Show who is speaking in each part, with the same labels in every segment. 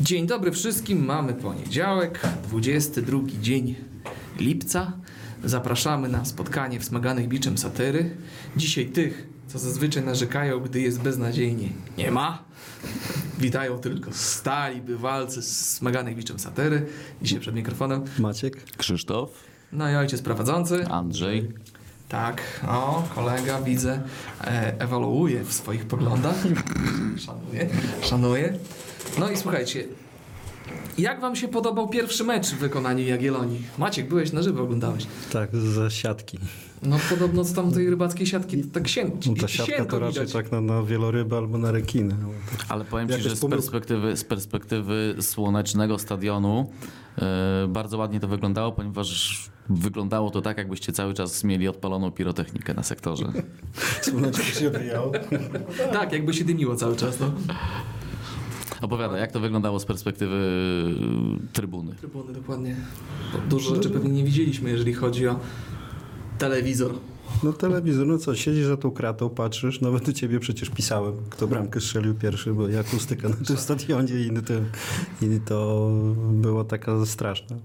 Speaker 1: Dzień dobry wszystkim, mamy poniedziałek, 22 dzień lipca. Zapraszamy na spotkanie wspomaganych biczem satyry. Dzisiaj tych, co zazwyczaj narzekają, gdy jest beznadziejnie, nie ma. Witają tylko stali bywalcy z smaganych biczem satyry. Dzisiaj przed mikrofonem
Speaker 2: Maciek,
Speaker 3: Krzysztof,
Speaker 1: no i ojciec prowadzący.
Speaker 3: Andrzej.
Speaker 1: Tak, kolega widzę, ewoluuje w swoich poglądach. Szanuję. No i słuchajcie, jak wam się podobał pierwszy mecz w wykonaniu Jagiellonii? Maciek, byłeś na żywo, oglądałeś.
Speaker 2: tak, ze siatki.
Speaker 1: No podobno z tamtej rybackiej siatki tak
Speaker 2: Ta siatka to raczej tak na wieloryby albo na rekiny.
Speaker 3: Ale powiem Ci, że z perspektywy słonecznego stadionu bardzo ładnie to wyglądało, ponieważ wyglądało to tak, jakbyście cały czas mieli odpaloną pirotechnikę na sektorze.
Speaker 2: Słoneczko się odbijało.
Speaker 1: Tak, jakby się dymiło cały czas. No.
Speaker 3: Opowiadaj, jak to wyglądało z perspektywy trybuny?
Speaker 1: Trybuny, dokładnie. Bo dużo rzeczy pewnie nie widzieliśmy, jeżeli chodzi o telewizor.
Speaker 2: No telewizor, no co, siedzisz za tą kratą, patrzysz, nawet do ciebie przecież pisałem, kto bramkę strzelił pierwszy, bo akustyka na tym stadionie i to było taka straszna.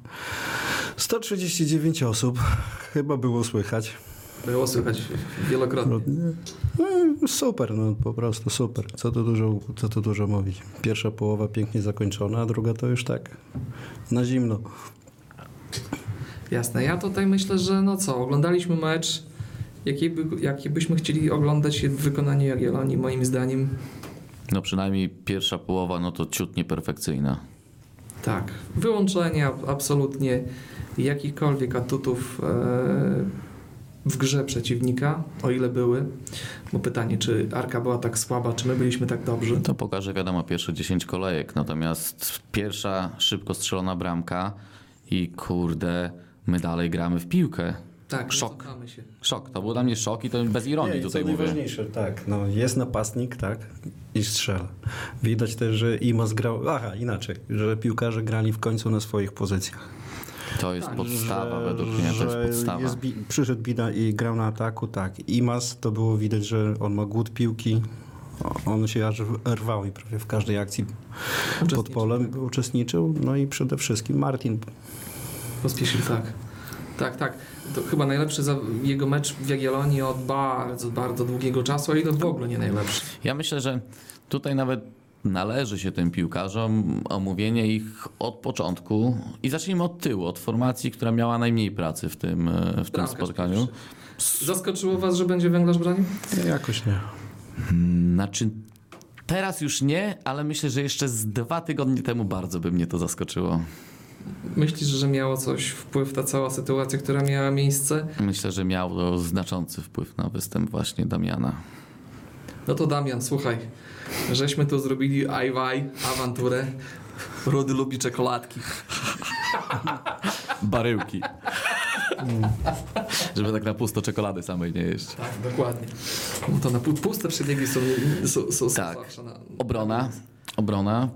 Speaker 2: 139 osób, chyba było słychać.
Speaker 1: Było słychać wielokrotnie.
Speaker 2: No, super, no po prostu super. Co tu dużo mówić. Pierwsza połowa pięknie zakończona, a druga to już tak na zimno.
Speaker 1: Jasne. Ja tutaj myślę, że oglądaliśmy mecz, jaki byśmy chcieli oglądać w wykonaniu Jagiellonii, moim zdaniem.
Speaker 3: No przynajmniej pierwsza połowa, no to ciut nieperfekcyjna.
Speaker 1: Tak. Wyłączenia absolutnie jakichkolwiek atutów w grze przeciwnika, o ile były. Bo pytanie, czy Arka była tak słaba, czy my byliśmy tak dobrzy?
Speaker 3: To pokaże, wiadomo, pierwsze 10 kolejek, natomiast pierwsza szybko strzelona bramka i kurde, my dalej gramy w piłkę.
Speaker 1: Tak,
Speaker 3: szok.
Speaker 1: Się.
Speaker 3: Szok, to był dla mnie szok i to bez ironii tutaj mówię.
Speaker 2: Najważniejsze, tak, no jest napastnik, tak, i strzela. Widać też, że Imas grał, że piłkarze grali w końcu na swoich pozycjach.
Speaker 3: To jest podstawa według mnie, to jest podstawa.
Speaker 2: Przyszedł Bida i grał na ataku, tak. Imas, to było widać, że on ma głód piłki. On się aż rwał i prawie w każdej akcji pod polem uczestniczył. No i przede wszystkim Martin.
Speaker 1: Pospieszył, tak. To chyba najlepszy jego mecz w Jagiellonii od bardzo, bardzo długiego czasu, a ile w ogóle nie najlepszy.
Speaker 3: Ja myślę, że tutaj nawet należy się tym piłkarzom omówienie ich od początku i zacznijmy od tyłu, od formacji, która miała najmniej pracy w tym spotkaniu.
Speaker 1: Zaskoczyło was, że będzie Węglarz bronił?
Speaker 2: Jakoś nie.
Speaker 3: Znaczy teraz już nie, ale myślę, że jeszcze z 2 tygodnie temu bardzo by mnie to zaskoczyło.
Speaker 1: Myślisz, że miało coś wpływ ta cała sytuacja, która miała miejsce?
Speaker 3: Myślę, że miał to znaczący wpływ na występ właśnie Damiana.
Speaker 1: No to Damian, słuchaj, żeśmy tu zrobili awanturę. Rudy lubi czekoladki.
Speaker 3: Baryłki. Żeby tak na pusto czekolady samej nie jeść.
Speaker 1: Tak, dokładnie. No to na puste przebiegi są
Speaker 3: tak.
Speaker 1: zawsze na...
Speaker 3: Obrona.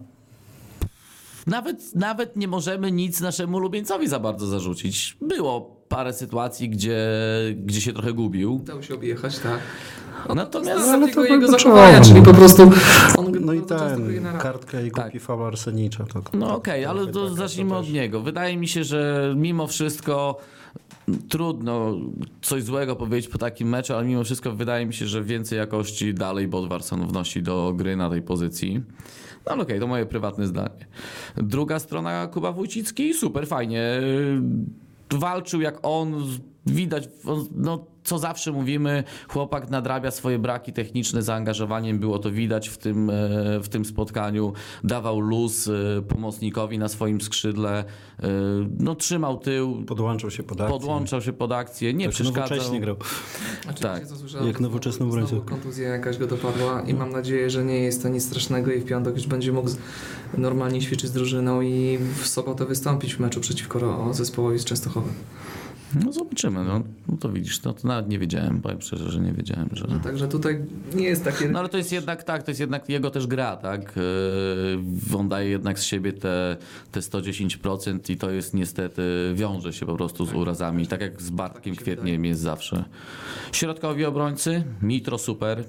Speaker 3: Nawet nie możemy nic naszemu ulubieńcowi za bardzo zarzucić. Było parę sytuacji, gdzie się trochę gubił.
Speaker 1: Dał się objechać, tak.
Speaker 3: Natomiast
Speaker 1: ale to jego zachowania, czyli po prostu on
Speaker 2: no i kartka i głupi faul Arsenicza.
Speaker 3: No okej, ale to zacznijmy od niego. Wydaje mi się, że mimo wszystko trudno coś złego powiedzieć po takim meczu, ale mimo wszystko wydaje mi się, że więcej jakości dalej Bodvarsson wnosi do gry na tej pozycji. No ale okej, to moje prywatne zdanie. Druga strona, Kuba Wójcicki, super, fajnie. Walczył jak on, widać, no co zawsze mówimy, chłopak nadrabia swoje braki techniczne zaangażowaniem, było to widać w tym spotkaniu. Dawał luz pomocnikowi na swoim skrzydle, no trzymał tył.
Speaker 2: Podłączał się pod akcję,
Speaker 3: nie przeszkadzał.
Speaker 2: Nowocześnie grał.
Speaker 1: Tak.
Speaker 2: Jak nowoczesny obrońca.
Speaker 1: Kontuzja jakaś go dopadła i mam nadzieję, że nie jest to nic strasznego i w piątek już będzie mógł normalnie ćwiczyć z drużyną i w sobotę wystąpić w meczu przeciwko zespołowi z Częstochowy.
Speaker 3: No zobaczymy, no to widzisz, no to nawet nie wiedziałem, powiem szczerze, że nie wiedziałem, że...
Speaker 1: No, także tutaj nie jest takie...
Speaker 3: No ale to jest jednak jego też gra, tak? On daje jednak z siebie te 110% i to jest niestety, wiąże się po prostu z urazami, tak jak z Bartkiem Kwietniem jest zawsze. Środkowi obrońcy, Mitro super,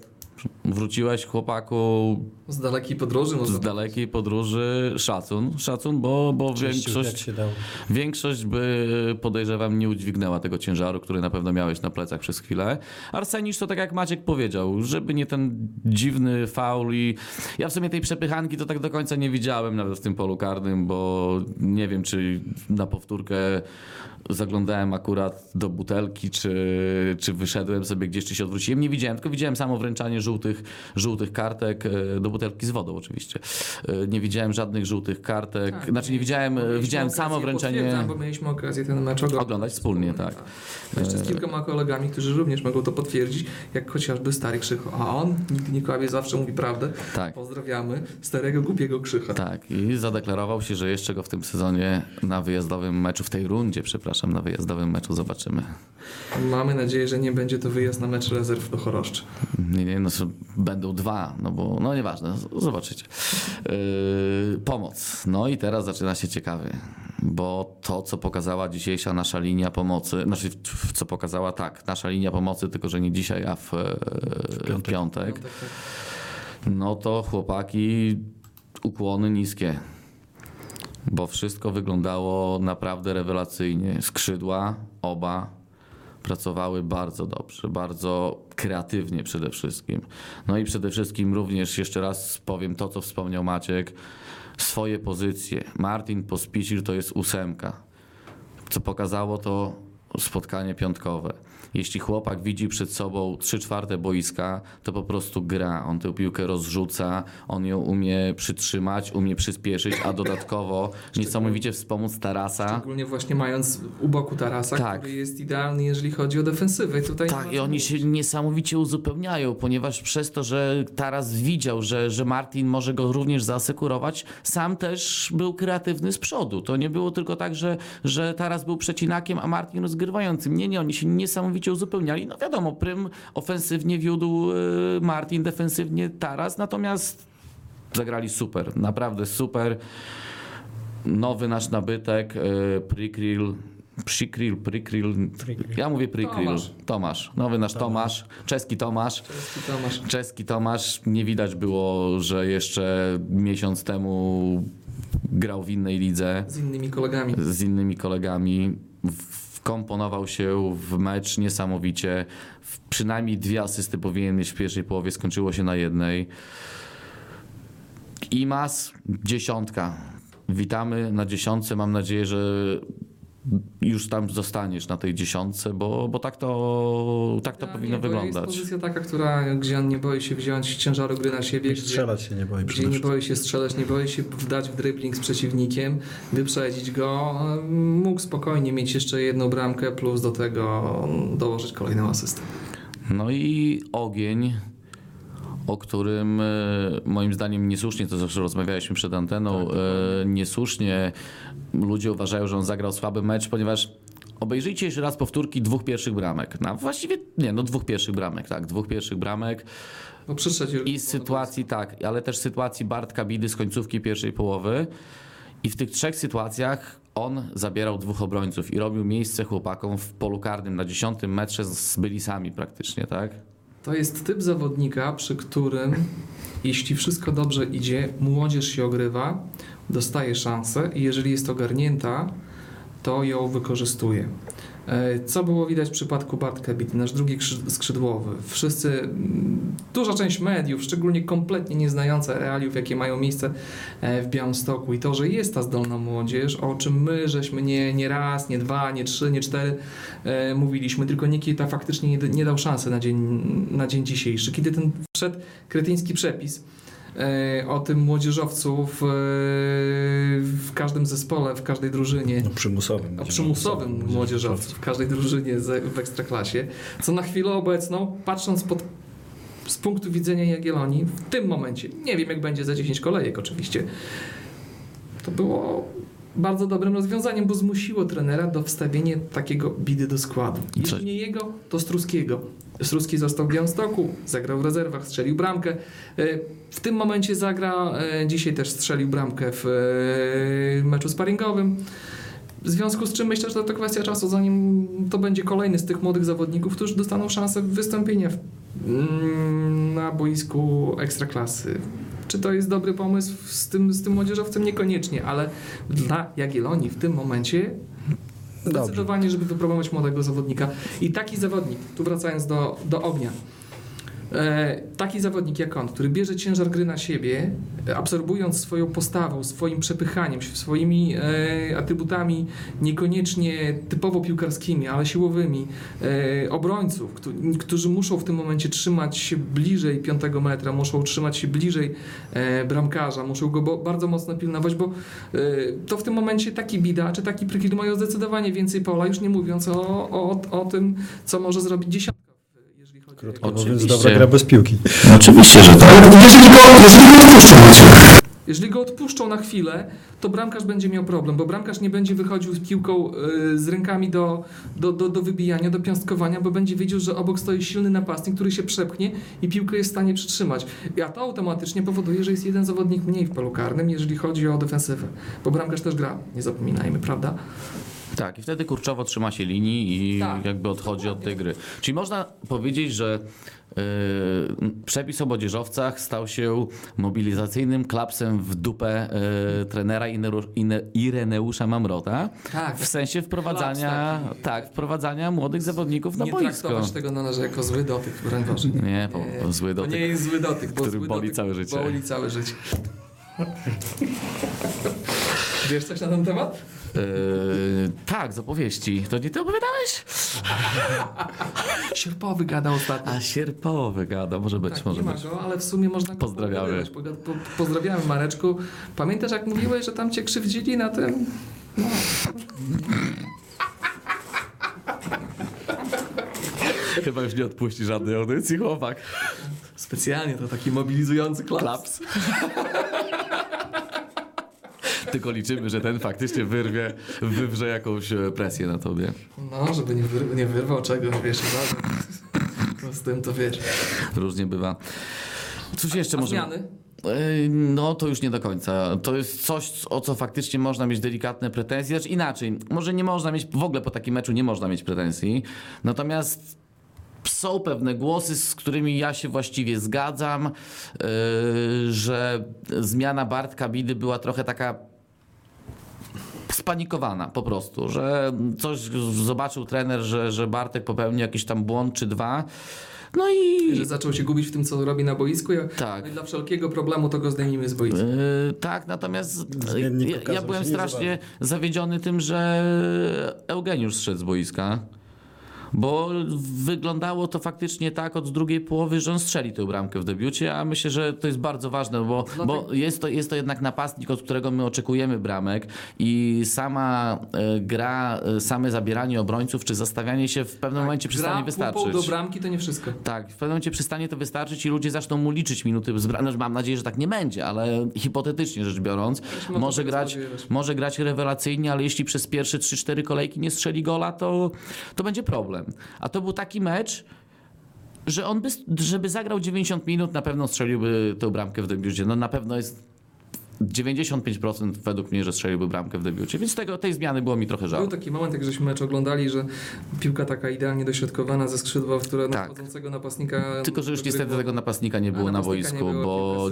Speaker 3: Wróciłeś, chłopaku,
Speaker 1: Z dalekiej podróży.
Speaker 3: z dalekiej podróży, szacun, bo
Speaker 2: Jak się dało.
Speaker 3: większość by, podejrzewam, nie udźwignęła tego ciężaru, który na pewno miałeś na plecach przez chwilę. Arseniusz to tak jak Maciek powiedział, żeby nie ten dziwny faul i ja w sumie tej przepychanki to tak do końca nie widziałem nawet w tym polu karnym, bo nie wiem, czy na powtórkę zaglądałem akurat do butelki, czy wyszedłem sobie gdzieś, czy się odwróciłem. Nie widziałem, tylko widziałem samo wręczanie żółtych kartek do butelki z wodą oczywiście. Nie widziałem żadnych żółtych kartek.
Speaker 1: Tak,
Speaker 3: znaczy nie widziałem samo wręczenie.
Speaker 1: Bo mieliśmy okazję ten mecz
Speaker 3: Oglądać wspólnie, tak.
Speaker 1: Jeszcze z kilkoma kolegami, którzy również mogą to potwierdzić, jak chociażby stary Krzycho. A on nigdy nie kłamie, zawsze mówi prawdę.
Speaker 3: Tak.
Speaker 1: Pozdrawiamy starego, głupiego Krzycha.
Speaker 3: Tak, i zadeklarował się, że jeszcze go w tym sezonie na wyjazdowym meczu, w tej rundzie, przepraszam, na wyjazdowym meczu zobaczymy.
Speaker 1: Mamy nadzieję, że nie będzie to wyjazd na mecz rezerw do Choroszczy.
Speaker 3: Nie, no będą dwa, no bo, no nieważne, zobaczycie. Pomoc. No i teraz zaczyna się ciekawie, bo to, co pokazała dzisiejsza nasza linia pomocy, znaczy, co pokazała, tak, nasza linia pomocy, tylko że nie dzisiaj, a w piątek, no to chłopaki, ukłony niskie. Bo wszystko wyglądało naprawdę rewelacyjnie. Skrzydła, oba, pracowały bardzo dobrze, bardzo kreatywnie przede wszystkim. No i przede wszystkim również, jeszcze raz powiem to, co wspomniał Maciek, swoje pozycje. Martin Pospisil to jest 8. Co pokazało to spotkanie piątkowe. Jeśli chłopak widzi przed sobą 3/4 boiska, to po prostu gra. On tę piłkę rozrzuca, on ją umie przytrzymać, umie przyspieszyć, a dodatkowo niesamowicie wspomóc Tarasa.
Speaker 1: Szczególnie właśnie mając u boku Tarasa,
Speaker 3: Tak.
Speaker 1: który jest idealny, jeżeli chodzi o defensywę. I tutaj
Speaker 3: Tak, i oni się niesamowicie uzupełniają, ponieważ przez to, że Taras widział, że Martin może go również zaasekurować, sam też był kreatywny z przodu. To nie było tylko tak, że Taras był przecinakiem, a Martin rozgrywającym. Nie, oni się niesamowicie uzupełniali. No wiadomo, prym ofensywnie wiódł Martin, defensywnie Taras, natomiast zagrali super, naprawdę super. Nowy nasz nabytek, Prikryl. Ja mówię Prikryl. Tomasz. Nowy nasz Tomasz. Czeski Tomasz. Czeski Tomasz. Nie widać było, że jeszcze miesiąc temu grał w innej lidze. Z innymi kolegami. Wkomponował się w mecz niesamowicie. Przynajmniej 2 asysty powinien mieć w pierwszej połowie. Skończyło się na 1. Imas 10. Witamy na 10. Mam nadzieję, że już tam zostaniesz na tej 10, bo tak to powinno wyglądać.
Speaker 1: Jest pozycja taka, gdzie on nie boi się wziąć ciężaru gry na siebie.
Speaker 2: Strzelać się nie boi.
Speaker 1: Gdzie nie boi się strzelać, nie boi się wdać w dribbling z przeciwnikiem, wyprzedzić go. Mógł spokojnie mieć jeszcze 1 bramkę, plus do tego dołożyć kolejną asystę.
Speaker 3: No i ogień, o którym moim zdaniem niesłusznie, to zresztą rozmawialiśmy przed anteną, niesłusznie ludzie uważają, że on zagrał słaby mecz, ponieważ obejrzyjcie jeszcze raz powtórki 2 pierwszych bramek. No, właściwie nie, 2 pierwszych bramek, tak, 2 pierwszych bramek.
Speaker 1: No, i
Speaker 3: sytuacji, tak, ale też sytuacji Bartka Bidy z końcówki pierwszej połowy. I w tych 3 sytuacjach on zabierał 2 obrońców i robił miejsce chłopakom w polu karnym na 10 metrze z bylisami praktycznie, tak?
Speaker 1: To jest typ zawodnika, przy którym jeśli wszystko dobrze idzie, młodzież się ogrywa, dostaje szansę i jeżeli jest ogarnięta, to ją wykorzystuje. Co było widać w przypadku Bartka Bidy, nasz drugi skrzydłowy. Duża część mediów, szczególnie kompletnie nieznająca realiów, jakie mają miejsce w Białymstoku i to, że jest ta zdolna młodzież, o czym my żeśmy nie raz, nie 2, nie 3, nie 4 mówiliśmy, tylko Nikita faktycznie nie dał szansy na dzień dzisiejszy. Kiedy ten wszedł kretyński przepis o tym młodzieżowcu w każdym zespole, w każdej drużynie. Przymusowym młodzieżowcu w każdej drużynie w Ekstraklasie, co na chwilę obecną, patrząc z punktu widzenia Jagiellonii, w tym momencie, nie wiem jak będzie za 10 kolejek oczywiście, to było bardzo dobrym rozwiązaniem, bo zmusiło trenera do wstawienia takiego Bidy do składu. Jeśli nie jego, to Struskiego. Struski został w Białymstoku, zagrał w rezerwach, strzelił bramkę. W tym momencie zagra, dzisiaj też strzelił bramkę w meczu sparingowym. W związku z czym myślę, że to kwestia czasu, zanim to będzie kolejny z tych młodych zawodników, którzy dostaną szansę wystąpienia na boisku ekstraklasy. Czy to jest dobry pomysł z tym młodzieżowcem? Niekoniecznie, ale dla Jagiellonii w tym momencie zdecydowanie, żeby wypróbować młodego zawodnika. I taki zawodnik, tu wracając do Ognia, taki zawodnik jak on, który bierze ciężar gry na siebie, absorbując swoją postawą, swoim przepychaniem, swoimi atrybutami niekoniecznie typowo piłkarskimi, ale siłowymi, obrońców, którzy muszą w tym momencie trzymać się bliżej 5 metra, muszą trzymać się bliżej bramkarza, muszą go bardzo mocno pilnować, bo to w tym momencie taki Bida czy taki Prykil mają zdecydowanie więcej pola, już nie mówiąc o tym, co może zrobić dziesiątka.
Speaker 2: Krótko mówiąc, dobra gra bez piłki.
Speaker 3: Oczywiście, że tak.
Speaker 1: Jeżeli go odpuszczą na chwilę, to bramkarz będzie miał problem, bo bramkarz nie będzie wychodził z piłką z rękami do wybijania, do piąstkowania, bo będzie wiedział, że obok stoi silny napastnik, który się przepchnie i piłkę jest w stanie przytrzymać. A to automatycznie powoduje, że jest jeden zawodnik mniej w polu karnym, jeżeli chodzi o defensywę. Bo bramkarz też gra, nie zapominajmy, prawda?
Speaker 3: Tak, i wtedy kurczowo trzyma się linii i jakby odchodzi od tej gry. Czyli można powiedzieć, że przepis o młodzieżowcach stał się mobilizacyjnym klapsem w dupę trenera Ireneusza Mamrota.
Speaker 1: Tak.
Speaker 3: W sensie wprowadzania młodych zawodników na boisko.
Speaker 1: Nie traktować tego należy jako zły dotyk, broń Boże.
Speaker 3: Nie, zły dotyk.
Speaker 1: To nie jest zły dotyk, bo
Speaker 3: który
Speaker 1: zły
Speaker 3: boli
Speaker 1: dotyk
Speaker 3: całe życie.
Speaker 1: Boli całe życie. Wiesz coś na ten temat?
Speaker 3: Tak, z opowieści. To nie ty opowiadałeś?
Speaker 1: Sierpowy gadał ostatnio.
Speaker 3: A Sierpowy gada, może być,
Speaker 1: Tak,
Speaker 3: może
Speaker 1: nie ma
Speaker 3: być.
Speaker 1: go, ale w sumie można go
Speaker 3: Pozdrawiamy.
Speaker 1: Pozdrawiamy, Mareczku. Pamiętasz, jak mówiłeś, że tam cię krzywdzili na tym? No.
Speaker 3: Chyba już nie odpuści żadnej audycji, chłopak.
Speaker 1: Specjalnie to taki mobilizujący klaps.
Speaker 3: Tylko liczymy, że ten faktycznie wywrze jakąś presję na tobie.
Speaker 1: No, żeby nie wyrwał czegoś, wiesz, z tym to wiesz.
Speaker 3: Różnie bywa. Cóż jeszcze może...
Speaker 1: Zmiany?
Speaker 3: No to już nie do końca. To jest coś, o co faktycznie można mieć delikatne pretensje. Znaczy inaczej, może nie można mieć, w ogóle po takim meczu nie można mieć pretensji. Natomiast są pewne głosy, z którymi ja się właściwie zgadzam, że zmiana Bartka Bidy była trochę taka spanikowana po prostu, że coś zobaczył trener, że Bartek popełnił jakiś tam błąd czy dwa. No i...
Speaker 1: Że zaczął się gubić w tym, co robi na boisku.
Speaker 3: Tak.
Speaker 1: No i dla wszelkiego problemu to go zdejmijmy z boiska.
Speaker 3: Tak, natomiast ja
Speaker 2: okazał
Speaker 3: byłem
Speaker 2: się
Speaker 3: strasznie zawiedziony tym, że Eugeniusz zszedł z boiska. Bo wyglądało to faktycznie tak od drugiej połowy, że on strzeli tę bramkę w debiucie, a myślę, że to jest bardzo ważne, bo jest to jednak napastnik, od którego my oczekujemy bramek i sama gra, same zabieranie obrońców, czy zastawianie się w pewnym momencie przestanie wystarczyć.
Speaker 1: do bramki to nie wszystko.
Speaker 3: Tak, w pewnym momencie przestanie to wystarczyć i ludzie zaczną mu liczyć minuty z bramki. Mam nadzieję, że tak nie będzie, ale hipotetycznie rzecz biorąc, może grać rewelacyjnie, ale jeśli przez pierwsze 3-4 kolejki nie strzeli gola, to będzie problem. A to był taki mecz, że on żeby zagrał 90 minut, na pewno strzeliłby tę bramkę w debiucie. No na pewno jest 95% według mnie, że strzeliłby bramkę w debiucie, więc tej zmiany było mi trochę żal.
Speaker 1: Był taki moment, jak żeśmy mecz oglądali, że piłka taka idealnie dośrodkowana ze skrzydła, w które nadchodzącego napastnika...
Speaker 3: Tylko, że już niestety tego napastnika nie było na boisku, bo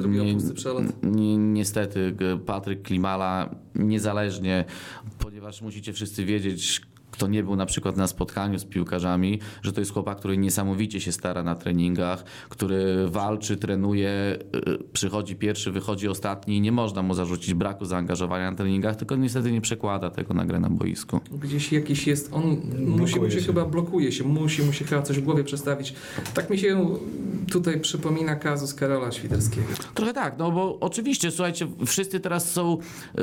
Speaker 3: niestety Patryk Klimala niezależnie, ponieważ musicie wszyscy wiedzieć, kto nie był na przykład na spotkaniu z piłkarzami, że to jest chłopak, który niesamowicie się stara na treningach, który walczy, trenuje, przychodzi pierwszy, wychodzi ostatni i nie można mu zarzucić braku zaangażowania na treningach, tylko niestety nie przekłada tego na grę na boisku.
Speaker 1: Gdzieś jakiś jest, on blokuje się, musi mu się chyba coś w głowie przestawić. Tak mi się tutaj przypomina kazus Karola Świderskiego.
Speaker 3: Trochę tak, no bo oczywiście, słuchajcie, wszyscy teraz są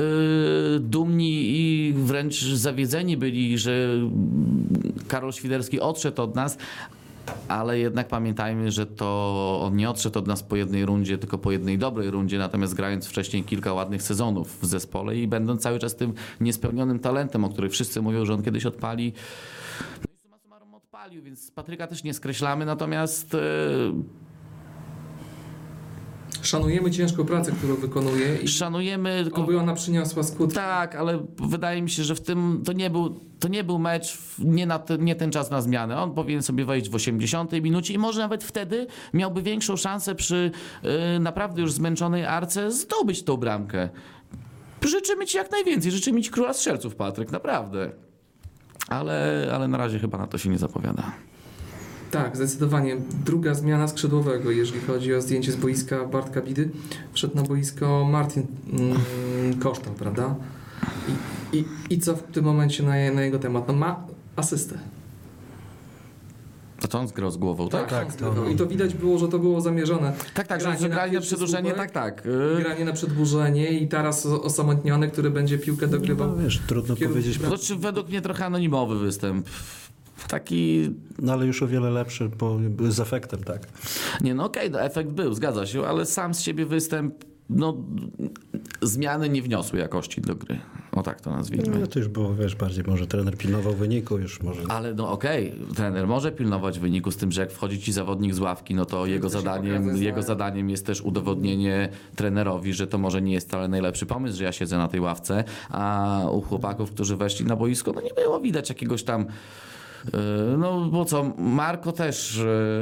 Speaker 3: dumni i wręcz zawiedzeni byli, że Karol Świderski odszedł od nas, ale jednak pamiętajmy, że to on nie odszedł od nas po jednej rundzie, tylko po jednej dobrej rundzie, natomiast grając wcześniej kilka ładnych sezonów w zespole i będąc cały czas tym niespełnionym talentem, o którym wszyscy mówią, że on kiedyś odpali. No i summa summarum odpalił, więc Patryka też nie skreślamy, natomiast...
Speaker 1: Szanujemy ciężką pracę, którą wykonuje i
Speaker 3: Szanujemy, tylko
Speaker 1: oby ona przyniosła skutki.
Speaker 3: tak, ale wydaje mi się, że w tym to nie był mecz, nie ten czas na zmianę. On powinien sobie wejść w 80 minucie i może nawet wtedy miałby większą szansę przy naprawdę już zmęczonej Arce zdobyć tą bramkę. Życzymy ci jak najwięcej, życzymy ci króla strzelców, Patryk, naprawdę. Ale na razie chyba na to się nie zapowiada.
Speaker 1: Tak, zdecydowanie. Druga zmiana skrzydłowego, jeżeli chodzi o zdjęcie z boiska Bartka Bidy. Wszedł na boisko Martin Kosztal, prawda? I co w tym momencie na jego temat? No ma asystę.
Speaker 3: A to on zgrał z głową, tak?
Speaker 2: Tak, to-
Speaker 1: I to widać było, że to było zamierzone.
Speaker 3: Tak, że
Speaker 1: Granie
Speaker 3: grali na
Speaker 1: pierwszy
Speaker 3: przedłużenie,
Speaker 1: słupek,
Speaker 3: tak.
Speaker 1: Granie na przedłużenie i teraz osamotniony, który będzie piłkę dogrywał.
Speaker 2: No, wiesz, trudno
Speaker 1: w kierunku
Speaker 2: powiedzieć,
Speaker 1: bramki.
Speaker 3: Znaczy według mnie trochę anonimowy występ. Taki,
Speaker 2: no ale już o wiele lepszy, bo z efektem, tak.
Speaker 3: nie no okej, no, efekt był, zgadza się, ale sam z siebie występ, no zmiany nie wniosły jakości do gry. O tak to nazwijmy.
Speaker 2: No to już było, wiesz, bardziej może trener pilnował wyniku, już może...
Speaker 3: Ale no okej, trener może pilnować wyniku z tym, że jak wchodzi ci zawodnik z ławki, no to jego
Speaker 1: się pokaże, że-
Speaker 3: zadaniem jest też udowodnienie trenerowi, że to może nie jest wcale najlepszy pomysł, że ja siedzę na tej ławce, a u chłopaków, którzy weszli na boisko, no nie było widać jakiegoś tam, no bo co, Marko też,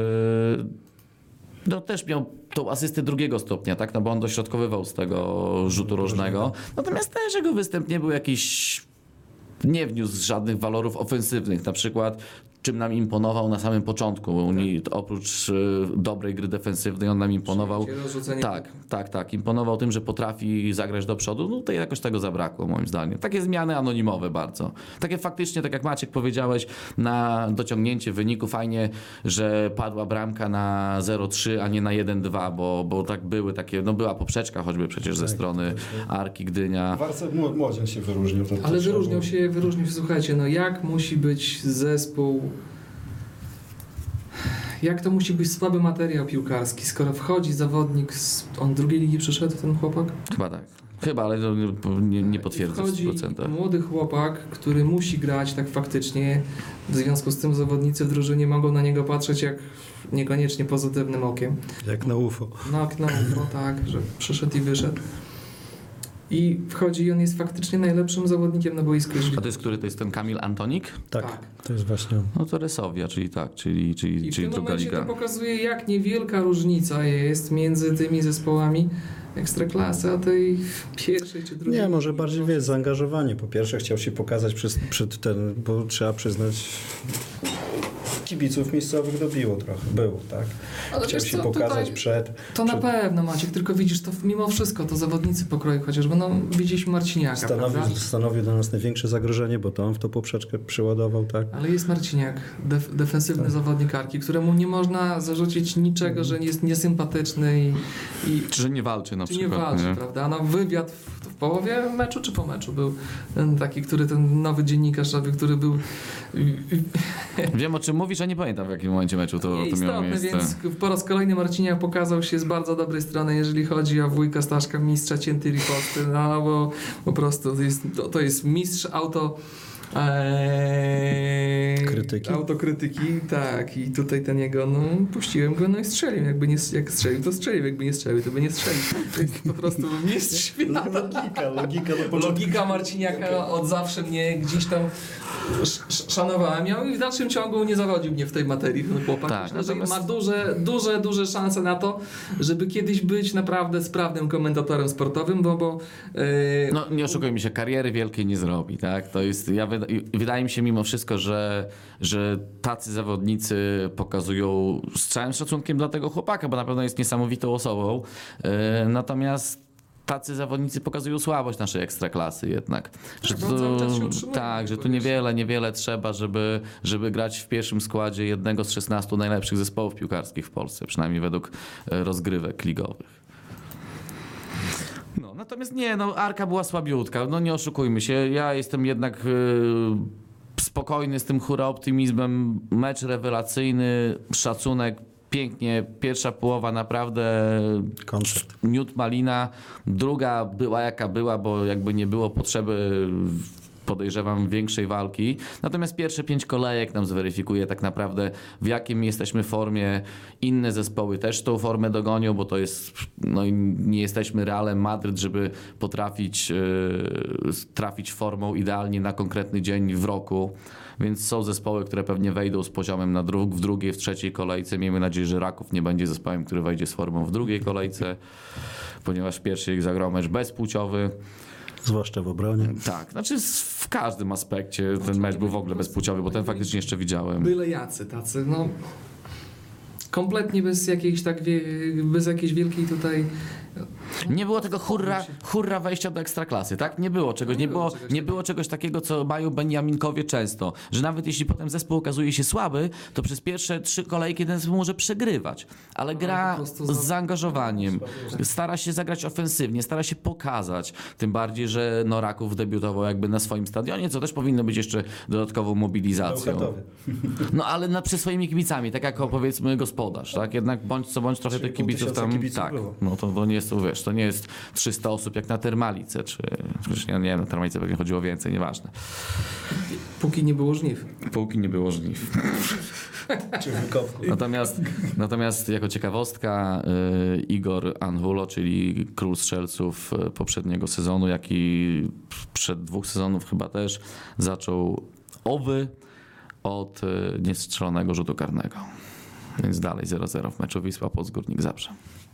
Speaker 3: no też miał tą asystę drugiego stopnia, tak, no bo on dośrodkowywał z tego rzutu rożnego, natomiast też jego występ nie był jakiś, nie wniósł żadnych walorów ofensywnych, na przykład czym nam imponował na samym początku. Oprócz dobrej gry defensywnej on nam imponował.
Speaker 1: Przyjęcie, rozrzucenie.
Speaker 3: Tak. Imponował tym, że potrafi zagrać do przodu. No to jakoś tego zabrakło moim zdaniem. Takie zmiany anonimowe bardzo. Takie faktycznie, tak jak Maciek powiedziałeś, na dociągnięcie wyniku fajnie, że padła bramka na 0-3, a nie na 1-2, bo tak były takie, no była poprzeczka choćby przecież ze strony Arki Gdynia.
Speaker 2: Warce Młodzian się wyróżnił.
Speaker 1: Ale wyróżnił się, słuchajcie, no jak musi być zespół, jak to musi być słaby materiał piłkarski, skoro wchodzi zawodnik, on drugiej ligi przyszedł, ten chłopak?
Speaker 3: Chyba tak. Chyba, ale to nie potwierdzę w
Speaker 1: Wchodzi
Speaker 3: 100%.
Speaker 1: młody chłopak, który musi grać tak faktycznie, w związku z tym zawodnicy w drużynie mogą na niego patrzeć jak niekoniecznie pozytywnym okiem.
Speaker 2: Jak na UFO.
Speaker 1: No, tak, że przyszedł i wyszedł. I wchodzi i on jest faktycznie najlepszym zawodnikiem na boisku.
Speaker 3: A to jest który? To jest ten Kamil Antonik?
Speaker 2: Tak, to jest właśnie...
Speaker 3: No to Resowia, czyli tak, czyli
Speaker 1: I w tym
Speaker 3: druga
Speaker 1: momencie
Speaker 3: liga.
Speaker 1: to pokazuje, jak niewielka różnica jest między tymi zespołami Ekstraklasy, a tej pierwszej czy drugiej.
Speaker 2: Nie, może bardziej, wiesz, zaangażowanie. Po pierwsze chciał się pokazać przed ten, bo trzeba przyznać, kibiców miejscowych dobiło trochę, było, tak?
Speaker 1: Ale
Speaker 2: Chciał
Speaker 1: wiesz
Speaker 2: się
Speaker 1: co,
Speaker 2: pokazać
Speaker 1: tutaj
Speaker 2: przed...
Speaker 1: To na pewno, Maciek, tylko widzisz, to mimo wszystko to zawodnicy pokroju, chociażby, no widzieliśmy Marciniaka, prawda?
Speaker 2: Stanowił dla nas największe zagrożenie, bo to on w tą poprzeczkę przyładował, tak?
Speaker 1: Ale jest Marciniak, defensywny zawodnik Arki, któremu nie można zarzucić niczego, że jest niesympatyczny i
Speaker 3: Czy że nie walczy na
Speaker 1: czy nie
Speaker 3: przykład.
Speaker 1: walczy, prawda? No wywiad w połowie meczu czy po meczu był ten taki, ten nowy dziennikarz robił, który był
Speaker 3: Wiem o czym mówisz, a nie pamiętam w jakim momencie meczu to miało
Speaker 1: istotny,
Speaker 3: miejsce.
Speaker 1: więc po raz kolejny Marciniak pokazał się z bardzo dobrej strony, jeżeli chodzi o wujka Staszka, mistrza ciętej riposty, no bo po prostu to jest mistrz
Speaker 2: Krytyki?
Speaker 1: autokrytyki, tak, i tutaj ten jego, no puściłem go, no i strzelił, jak strzelił, to strzelił, jakby nie strzelił, to by nie strzelił. To jest po prostu mistrz świata.
Speaker 2: Logika na początku.
Speaker 1: Logika Marciniaka od zawsze mnie gdzieś tam szanowałem ją i w dalszym ciągu nie zawodził mnie w tej materii ten chłopak.
Speaker 3: Tak,
Speaker 1: Myślę, że
Speaker 3: natomiast-
Speaker 1: ma duże szanse na to, żeby kiedyś być naprawdę sprawnym komentatorem sportowym, bo
Speaker 3: No nie oszukujmy się, kariery wielkiej nie zrobi, tak? To jest, wydaje mi się mimo wszystko, że tacy zawodnicy pokazują z całym szacunkiem dla tego chłopaka, bo na pewno jest niesamowitą osobą, natomiast tacy zawodnicy pokazują słabość naszej ekstraklasy jednak. Że
Speaker 1: Tak, on cały czas się utrzymuje,
Speaker 3: tak, że tu
Speaker 1: powiesz.
Speaker 3: niewiele trzeba, żeby grać w pierwszym składzie jednego z 16 najlepszych zespołów piłkarskich w Polsce, przynajmniej według rozgrywek ligowych. No, natomiast Arka była słabiutka, no nie oszukujmy się, ja jestem jednak spokojny z tym hura optymizmem, mecz rewelacyjny, szacunek, pięknie, pierwsza połowa naprawdę
Speaker 2: Koncert.
Speaker 3: miód malina, druga była jaka była, bo jakby nie było potrzeby podejrzewam większej walki. Natomiast pierwsze 5 kolejek nam zweryfikuje tak naprawdę, w jakim jesteśmy formie. Inne zespoły też tą formę dogonią, bo to jest, no i nie jesteśmy Realem Madryt, żeby potrafić trafić formą idealnie na konkretny dzień w roku. Więc są zespoły, które pewnie wejdą z poziomem w drugiej, w trzeciej kolejce. Miejmy nadzieję, że Raków nie będzie zespołem, który wejdzie z formą w drugiej kolejce, ponieważ pierwszy ich zagrał mecz bezpłciowy.
Speaker 2: Zwłaszcza w obronie.
Speaker 3: Tak, znaczy w każdym aspekcie ten mecz był w ogóle bezpłciowy, bo ten faktycznie jeszcze widziałem.
Speaker 1: Byle jacy tacy, no kompletnie bez jakiejś bez jakiejś wielkiej tutaj...
Speaker 3: Nie było tego hurra wejścia do ekstraklasy, tak? Nie było czegoś takiego, co mają Beniaminkowie często, że nawet jeśli potem zespół okazuje się słaby, to przez pierwsze 3 kolejki ten zespół może przegrywać, ale gra z zaangażowaniem, stara się zagrać ofensywnie, stara się pokazać, tym bardziej, że Raków debiutował jakby na swoim stadionie, co też powinno być jeszcze dodatkową mobilizacją. No ale przy swoimi kibicami, tak jak powiedzmy gospodarz, tak? Jednak bądź co bądź trochę tych kibiców tam, tak, no to nie jest, wiesz, to nie jest 300 osób jak na Termalice, czy nie, na Termalice pewnie chodziło więcej, nieważne.
Speaker 1: Póki nie było żniw.
Speaker 2: Czy w Wykopku.
Speaker 3: Natomiast jako ciekawostka Igor Angulo, czyli król strzelców poprzedniego sezonu, jak i przed 2 sezonów chyba też, zaczął od niestrzelonego rzutu karnego. Więc dalej 0-0 w meczu Wisła Płock Górnik Zabrze.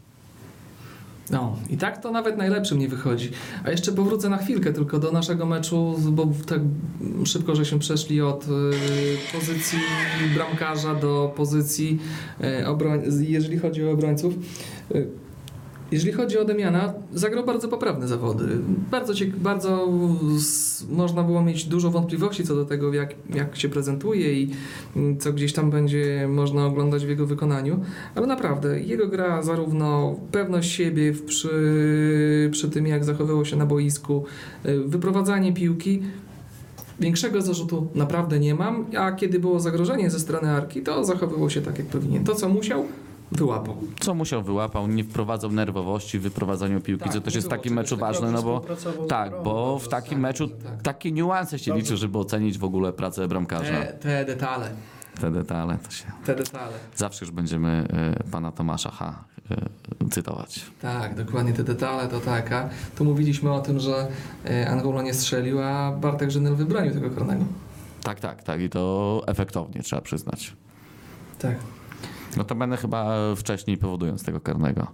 Speaker 1: No i tak to nawet najlepszym nie wychodzi. A jeszcze powrócę na chwilkę tylko do naszego meczu, bo tak szybko żeśmy przeszli od pozycji bramkarza do pozycji jeżeli chodzi o obrońców. Jeżeli chodzi o Demiana, zagrał bardzo poprawne zawody. Bardzo można było mieć dużo wątpliwości co do tego, jak się prezentuje i co gdzieś tam będzie można oglądać w jego wykonaniu. Ale naprawdę, jego gra, zarówno pewność siebie przy tym, jak zachowywał się na boisku, wyprowadzanie piłki, większego zarzutu naprawdę nie mam, a kiedy było zagrożenie ze strony Arki, to zachowywał się tak, jak powinien. To, co musiał, wyłapał. Nie wprowadzał nerwowości w wyprowadzaniu piłki, co też jest w takim meczu ważne, no bo bo w takim meczu takie niuanse się liczy, żeby ocenić w ogóle pracę bramkarza. Te detale.
Speaker 3: Te detale. Zawsze już będziemy pana Tomasza H. cytować.
Speaker 1: Tak, dokładnie te detale to tak. A tu mówiliśmy o tym, że Angulo nie strzelił, a Bartek Żynel wybronił tego karnego.
Speaker 3: Tak. I to efektownie, trzeba przyznać.
Speaker 1: Tak.
Speaker 3: No to będę chyba wcześniej powodując tego karnego.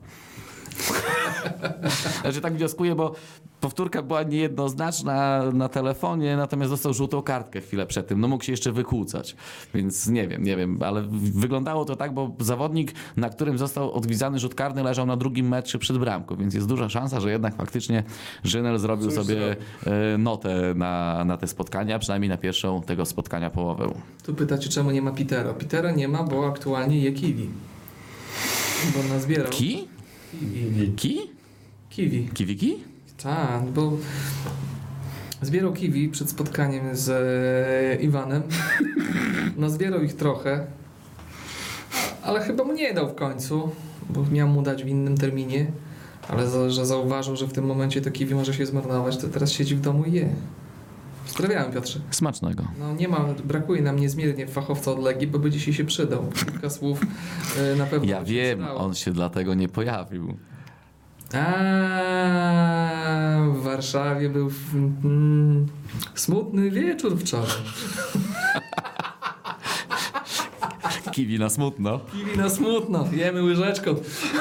Speaker 3: Znaczy tak wnioskuję, bo powtórka była niejednoznaczna na telefonie, natomiast dostał żółtą kartkę chwilę przed tym. No mógł się jeszcze wykłócać, więc nie wiem, ale wyglądało to tak, bo zawodnik, na którym został odgwizdany rzut karny, leżał na drugim metrze przed bramką, więc jest duża szansa, że jednak faktycznie Żynel zrobił sobie notę na te spotkania, przynajmniej na pierwszą tego spotkania połowę. Tu
Speaker 1: pytacie, czemu nie ma Pitero. Pitero nie ma, bo aktualnie je Kiwi. Bo nazbierał.
Speaker 3: Kiwi?
Speaker 1: Tak, bo zbierał kiwi przed spotkaniem z Iwanem. No zbierał ich trochę, ale chyba mu nie dał w końcu, bo miał mu dać w innym terminie, ale że zauważył, że w tym momencie to kiwi może się zmarnować, to teraz siedzi w domu i je. Pozdrawiam, Piotrze.
Speaker 3: Smacznego.
Speaker 1: No brakuje nam niezmiernie fachowca od Legii, bo by dzisiaj się przydał. Kilka słów na pewno.
Speaker 3: Ja wiem, on się dlatego nie pojawił.
Speaker 1: W Warszawie był smutny wieczór wczoraj.
Speaker 3: Kiwi na smutno.
Speaker 1: Jemy łyżeczką.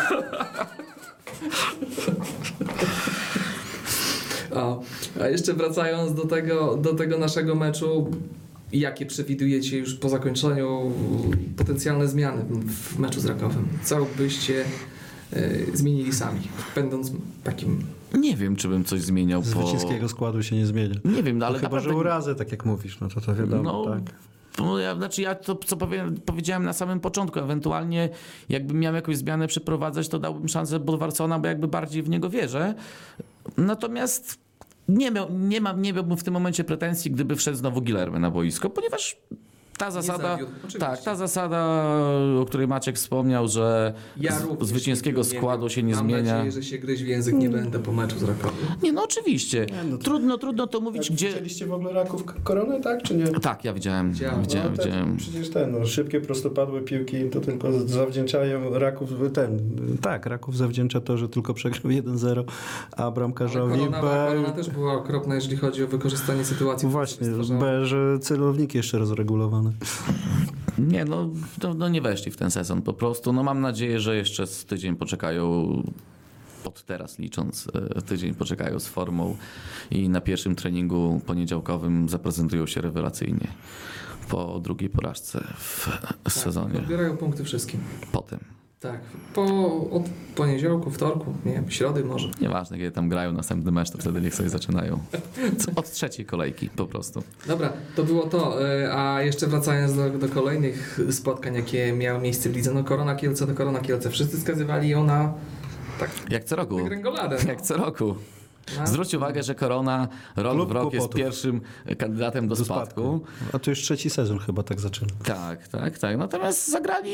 Speaker 1: A jeszcze wracając do tego naszego meczu, jakie przewidujecie już po zakończeniu potencjalne zmiany w meczu z Rakowem? Co byście zmienili sami, będąc takim...
Speaker 3: Nie wiem, czy bym coś zmieniał po...
Speaker 2: Zwycięskiego składu się nie zmienia.
Speaker 3: Nie wiem, ale
Speaker 2: chyba, że urazy, tak jak mówisz, no to wiadomo, tak.
Speaker 3: No, ja to, co powiedziałem na samym początku, ewentualnie jakbym miał jakąś zmianę przeprowadzać, to dałbym szansę Bodwarssona, bo jakby bardziej w niego wierzę. Natomiast nie miałbym w tym momencie pretensji, gdyby wszedł znowu Guilherme na boisko, ponieważ Ta zasada,
Speaker 1: zawiódł, oczywiście.
Speaker 3: tak, ta zasada, o której Maciek wspomniał, że
Speaker 1: Ja również
Speaker 3: zwycięskiego
Speaker 1: nie
Speaker 3: składu się nie
Speaker 1: Mam
Speaker 3: zmienia.
Speaker 1: nadzieję, że się gryźć w język nie będę po meczu z Rakowem.
Speaker 3: Nie, no oczywiście. Trudno to mówić, gdzie...
Speaker 2: Widzieliście w ogóle raków koronę, tak czy nie?
Speaker 3: Tak, ja widziałem. Widziałem.
Speaker 2: Przecież szybkie, prostopadłe piłki to tylko zawdzięczają Raków, Raków zawdzięcza to, że tylko przegrał 1-0, a bramkarzowi
Speaker 1: Korona też była okropna, jeżeli chodzi o wykorzystanie sytuacji.
Speaker 2: Właśnie, że celowniki jeszcze rozregulowane.
Speaker 3: Nie, no nie weszli w ten sezon po prostu. No mam nadzieję, że jeszcze z tydzień poczekają, od teraz licząc, tydzień poczekają z formą i na pierwszym treningu poniedziałkowym zaprezentują się rewelacyjnie po drugiej porażce w sezonie.
Speaker 1: Odbierają punkty wszystkim.
Speaker 3: Potem.
Speaker 1: Tak, od poniedziałku, wtorku, nie wiem, środy może.
Speaker 3: Nieważne, kiedy tam grają następny mecz, to wtedy niech sobie zaczynają. Od trzeciej kolejki po prostu.
Speaker 1: Dobra, to było to. A jeszcze wracając do kolejnych spotkań, jakie miały miejsce w lidze. No Korona Kielce to Korona Kielce. Wszyscy skazywali ją na
Speaker 3: Jak co roku.
Speaker 1: wygręgoladę.
Speaker 3: Jak co roku. Zwróć uwagę, że Korona rok w rok jest pierwszym kandydatem do spadku.
Speaker 2: A to już trzeci sezon chyba tak zaczyna.
Speaker 3: Tak. Natomiast zagrali...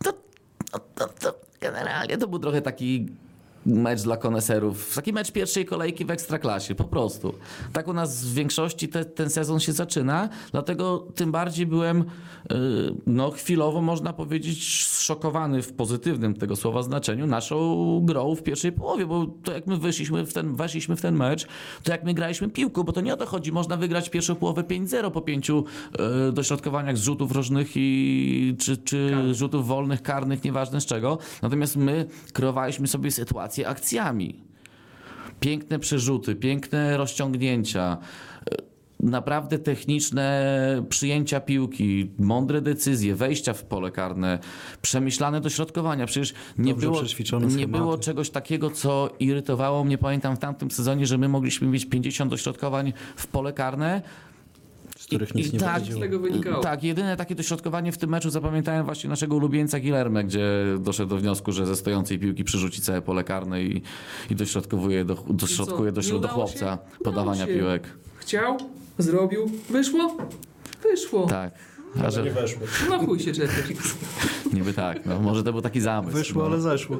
Speaker 3: Generalnie to był trochę taki mecz dla koneserów. Taki mecz pierwszej kolejki w Ekstraklasie, po prostu. Tak u nas w większości ten sezon się zaczyna, dlatego tym bardziej byłem chwilowo, można powiedzieć, zszokowany w pozytywnym tego słowa znaczeniu naszą grą w pierwszej połowie, bo to jak my weszliśmy w ten mecz, to jak my graliśmy piłką, bo to nie o to chodzi, można wygrać pierwszą połowę 5-0 po 5 dośrodkowaniach z rzutów rożnych czy rzutów wolnych, karnych, nieważne z czego. Natomiast my kreowaliśmy sobie sytuację akcjami. Piękne przerzuty, piękne rozciągnięcia, naprawdę techniczne przyjęcia piłki, mądre decyzje, wejścia w pole karne, przemyślane dośrodkowania. Przecież nie było czegoś takiego, co irytowało mnie, pamiętam w tamtym sezonie, że my mogliśmy mieć 50 dośrodkowań w pole karne,
Speaker 2: z których nic nie
Speaker 1: z tego wynikało.
Speaker 3: Tak, jedyne takie dośrodkowanie w tym meczu zapamiętałem właśnie naszego ulubieńca Guilherme, gdzie doszedł do wniosku, że ze stojącej piłki przerzuci całe pole karne i dośrodkuje do chłopca podawania piłek.
Speaker 1: Chciał, zrobił, wyszło.
Speaker 3: Tak.
Speaker 2: Nie weszło.
Speaker 1: No chuj się czepiać.
Speaker 3: Niby tak, no może to był taki zamysł.
Speaker 2: Wyszło, ale zeszło.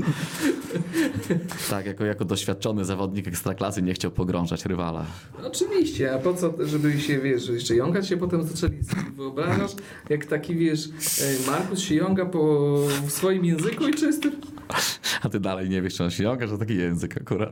Speaker 3: Tak, jako doświadczony zawodnik Ekstraklasy nie chciał pogrążać rywala.
Speaker 1: Oczywiście, a po co, żeby się, jeszcze jąkać się potem zaczęli, wyobrażasz, jak taki, Markus się jąga w swoim języku i czystym?
Speaker 3: A ty dalej nie wiesz, czy on się jąga, że taki język akurat.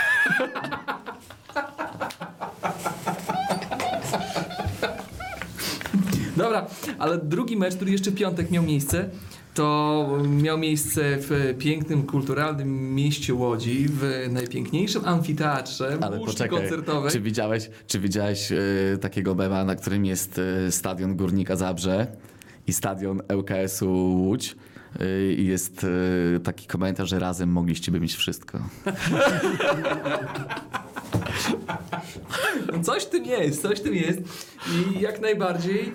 Speaker 1: Dobra, ale drugi mecz, który jeszcze w piątek miał miejsce, to miał miejsce w pięknym, kulturalnym mieście Łodzi, w najpiękniejszym amfiteatrze, łóżki koncertowej.
Speaker 3: Czy widziałeś takiego mema, na którym jest stadion Górnika Zabrze i stadion ŁKS-u Łódź? I jest taki komentarz, że razem mogliście by mieć wszystko.
Speaker 1: No coś w tym jest. I jak najbardziej,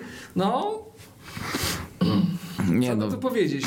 Speaker 1: co tu powiedzieć?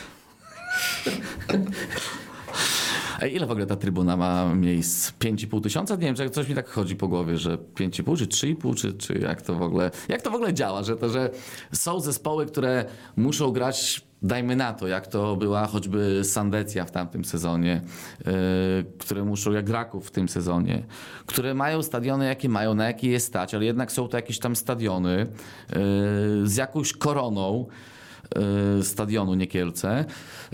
Speaker 3: Ile w ogóle ta trybuna ma miejsc? 5,5 tysiąca? Nie wiem, czy coś mi tak chodzi po głowie, że 5,5 czy 3,5, czy jak to w ogóle działa, że są zespoły, które muszą grać, dajmy na to, jak to była choćby Sandecja w tamtym sezonie, które muszą, jak Raków w tym sezonie, które mają stadiony, jakie mają, na jakie je stać, ale jednak są to jakieś tam stadiony z jakąś koroną stadionu, nie Kielce.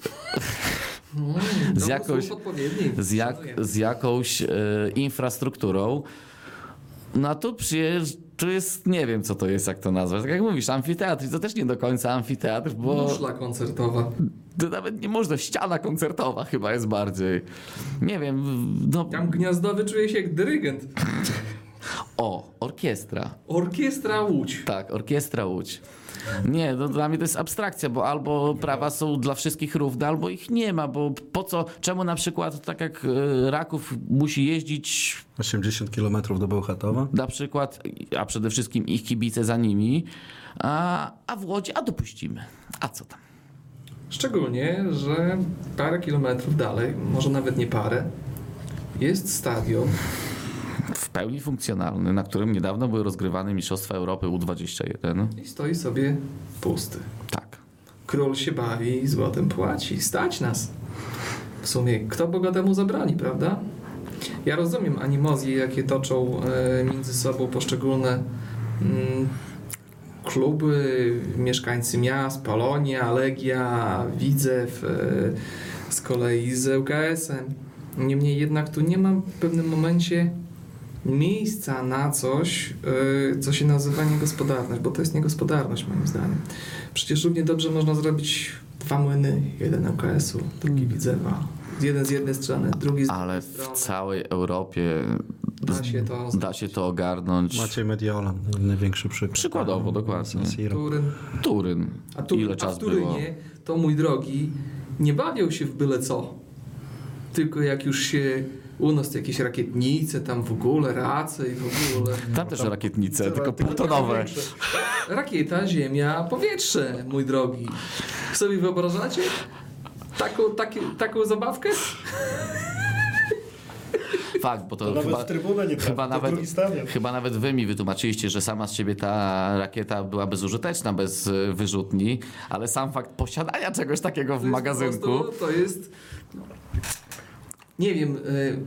Speaker 3: Z jakąś infrastrukturą. No a tu jest, nie wiem co to jest, jak to nazwać. Tak jak mówisz, amfiteatr. I to też nie do końca amfiteatr, bo...
Speaker 1: Muszla koncertowa.
Speaker 3: To nawet nie można, ściana koncertowa chyba jest bardziej. Nie wiem, no...
Speaker 1: Tam Gniazdowy czuje się jak dyrygent.
Speaker 3: Orkiestra.
Speaker 1: Orkiestra Łódź.
Speaker 3: Tak, Orkiestra Łódź. Nie, no dla mnie to jest abstrakcja, bo albo prawa są dla wszystkich równe, albo ich nie ma, bo po co, czemu na przykład tak jak Raków musi jeździć
Speaker 2: 80 km do Bełchatowa?
Speaker 3: Na przykład, a przede wszystkim ich kibice za nimi, a w Łodzi, dopuścimy. A co tam?
Speaker 1: Szczególnie, że parę kilometrów dalej, może nawet nie parę, jest stadion
Speaker 3: w pełni funkcjonalny, na którym niedawno były rozgrywane Mistrzostwa Europy U21.
Speaker 1: I stoi sobie pusty.
Speaker 3: Tak.
Speaker 1: Król się bawi, złotem płaci. Stać nas. W sumie, kto bogatemu zabroni, prawda? Ja rozumiem animozje, jakie toczą między sobą poszczególne kluby, mieszkańcy miast, Polonia, Legia, Widzew, z kolei z ŁKS-em. Niemniej jednak tu nie ma w pewnym momencie miejsca na coś, co się nazywa niegospodarność, bo to jest niegospodarność moim zdaniem. Przecież równie dobrze można zrobić 2 młyny, jeden ŁKS-u, drugi Widzewa, jeden z jednej strony, drugi z
Speaker 3: Ale
Speaker 1: drugiej
Speaker 3: w
Speaker 1: strony.
Speaker 3: całej Europie da się to ogarnąć.
Speaker 2: Maciej Mediolan, największy przykład.
Speaker 3: Przykładowo, dokładnie. Turyn. Ile
Speaker 1: A
Speaker 3: czas
Speaker 1: w Turynie,
Speaker 3: było?
Speaker 1: to mój drogi, nie bawią się w byle co. Tylko jak już się u nas jakieś rakietnice, tam w ogóle, race i w ogóle.
Speaker 3: Tam też rakietnice, tylko półtonowe.
Speaker 1: Rakieta, ziemia, powietrze, mój drogi. Sobie wyobrażacie taką zabawkę?
Speaker 3: Fakt, bo to
Speaker 4: nawet
Speaker 3: chyba,
Speaker 4: w trybunę nie
Speaker 3: chyba,
Speaker 4: trafi, to drugi stadion.
Speaker 3: chyba nawet wy mi wytłumaczyliście, że sama z siebie ta rakieta była bezużyteczna, bez wyrzutni, ale sam fakt posiadania czegoś takiego w magazynku.
Speaker 1: To jest... Nie wiem...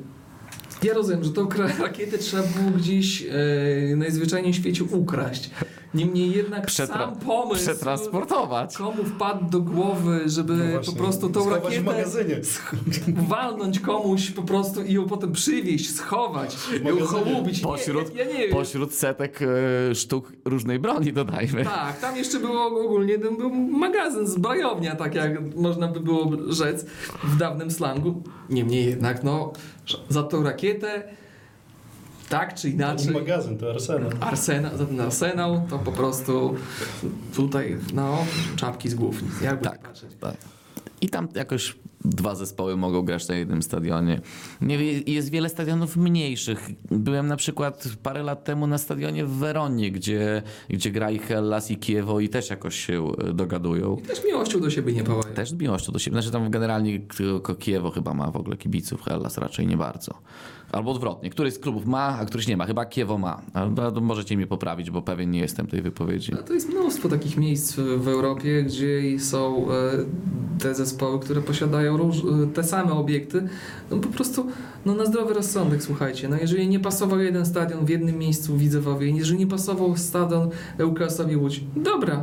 Speaker 1: Ja rozumiem, że tą rakietę trzeba było gdzieś najzwyczajniej w świecie ukraść. Niemniej jednak sam pomysł...
Speaker 3: Przetransportować.
Speaker 1: Komu wpadł do głowy, żeby
Speaker 4: No właśnie,
Speaker 1: po prostu tą
Speaker 4: schować w
Speaker 1: rakietę
Speaker 4: magazynie.
Speaker 1: walnąć komuś po prostu i ją potem przywieźć, schować, ją
Speaker 4: magazynie.
Speaker 1: hołubić.
Speaker 3: Pośród,
Speaker 1: Ja nie wiem.
Speaker 3: pośród setek sztuk różnej broni, dodajmy.
Speaker 1: Tak, tam jeszcze było ogólnie był magazyn, zbrojownia, tak jak można by było rzec w dawnym slangu. Niemniej jednak, no, za tą rakietę, tak czy
Speaker 4: To
Speaker 1: inaczej,
Speaker 4: nie magazyn, to arsenał.
Speaker 1: za ten arsenał, to po prostu tutaj, no, czapki z głów. Jakby
Speaker 3: Tak.
Speaker 1: patrzeć.
Speaker 3: Tak. I tam jakoś 2 zespoły mogą grać na jednym stadionie. Jest wiele stadionów mniejszych. Byłem na przykład parę lat temu na stadionie w Weronie, gdzie gra i Hellas i Kiewo i też jakoś się dogadują.
Speaker 1: I też miłością do siebie nie pałają.
Speaker 3: Też z miłością do siebie. Znaczy tam generalnie tylko Kiewo chyba ma w ogóle kibiców, Hellas raczej nie bardzo. Albo odwrotnie. Któryś z klubów ma, a któryś nie ma. Chyba Kiewo ma. Ale to możecie mnie poprawić, bo pewien nie jestem tej wypowiedzi.
Speaker 1: To jest mnóstwo takich miejsc w Europie, gdzie są te zespoły, które posiadają te same obiekty. No po prostu no na zdrowy rozsądek, słuchajcie. No jeżeli nie pasował jeden stadion w jednym miejscu w Widzewowie, jeżeli nie pasował stadion ŁKS-owi Łódź, dobra,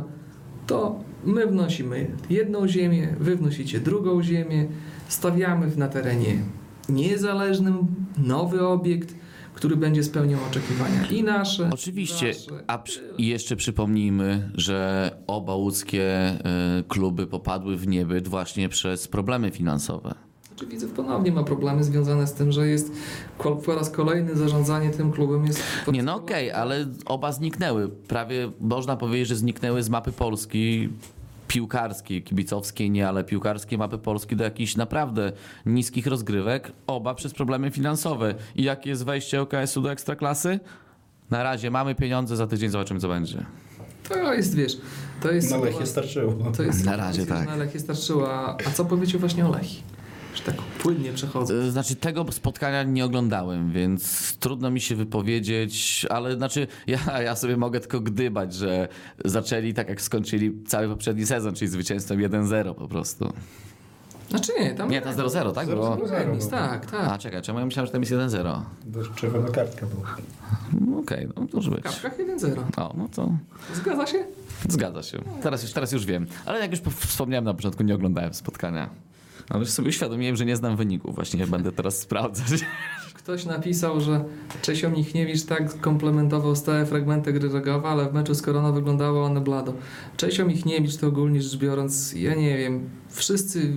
Speaker 1: to my wnosimy jedną ziemię, wy wnosicie drugą ziemię, stawiamy na terenie niezależnym nowy obiekt, który będzie spełniał oczekiwania i nasze.
Speaker 3: Oczywiście,
Speaker 1: i wasze.
Speaker 3: i jeszcze przypomnijmy, że oba łódzkie kluby popadły w niebyt właśnie przez problemy finansowe.
Speaker 1: Czy Widzew ponownie ma problemy związane z tym, że jest po raz kolejny zarządzanie tym klubem jest...
Speaker 3: Nie, no okej, ale oba zniknęły. Prawie można powiedzieć, że zniknęły z mapy Polski piłkarskiej, kibicowskiej nie, ale piłkarskie mapy Polski do jakichś naprawdę niskich rozgrywek. Oba przez problemy finansowe. I jakie jest wejście ŁKS-u do Ekstraklasy? Na razie mamy pieniądze, za tydzień zobaczymy co będzie.
Speaker 1: To jest, wiesz, to jest...
Speaker 4: Na Lechie starczyło.
Speaker 1: To jest
Speaker 3: Na razie
Speaker 1: sytuacja,
Speaker 3: tak.
Speaker 1: że Na Lechie starczyło. A co powiecie właśnie o Lechii? Że tak płynnie przechodzę.
Speaker 3: Znaczy tego spotkania nie oglądałem, więc trudno mi się wypowiedzieć, ale znaczy ja sobie mogę tylko gdybać, że zaczęli tak jak skończyli cały poprzedni sezon, czyli zwycięstwem 1-0 po prostu.
Speaker 1: Znaczy nie, tam...
Speaker 3: Nie, to 0-0, tak? Było?
Speaker 4: 0-0.
Speaker 1: Remis, tak, tak.
Speaker 3: A czekaj, czemu ja myślałem, że tam jest 1-0?
Speaker 4: Czerwona kartka była.
Speaker 3: Okej, no to może
Speaker 1: W
Speaker 3: być.
Speaker 1: kapkach 1-0.
Speaker 3: O, no to
Speaker 1: Zgadza się?
Speaker 3: zgadza się. Teraz już wiem. Ale jak już wspomniałem na początku, nie oglądałem spotkania. Ale już sobie uświadomiłem, że nie znam wyników. Właśnie będę teraz sprawdzać.
Speaker 1: Ktoś napisał, że Czesio Michniewicz tak komplementował stałe fragmenty gry Rogowa, ale w meczu z Koroną wyglądało one blado. Czesio Michniewicz to ogólnie rzecz biorąc, ja nie wiem, wszyscy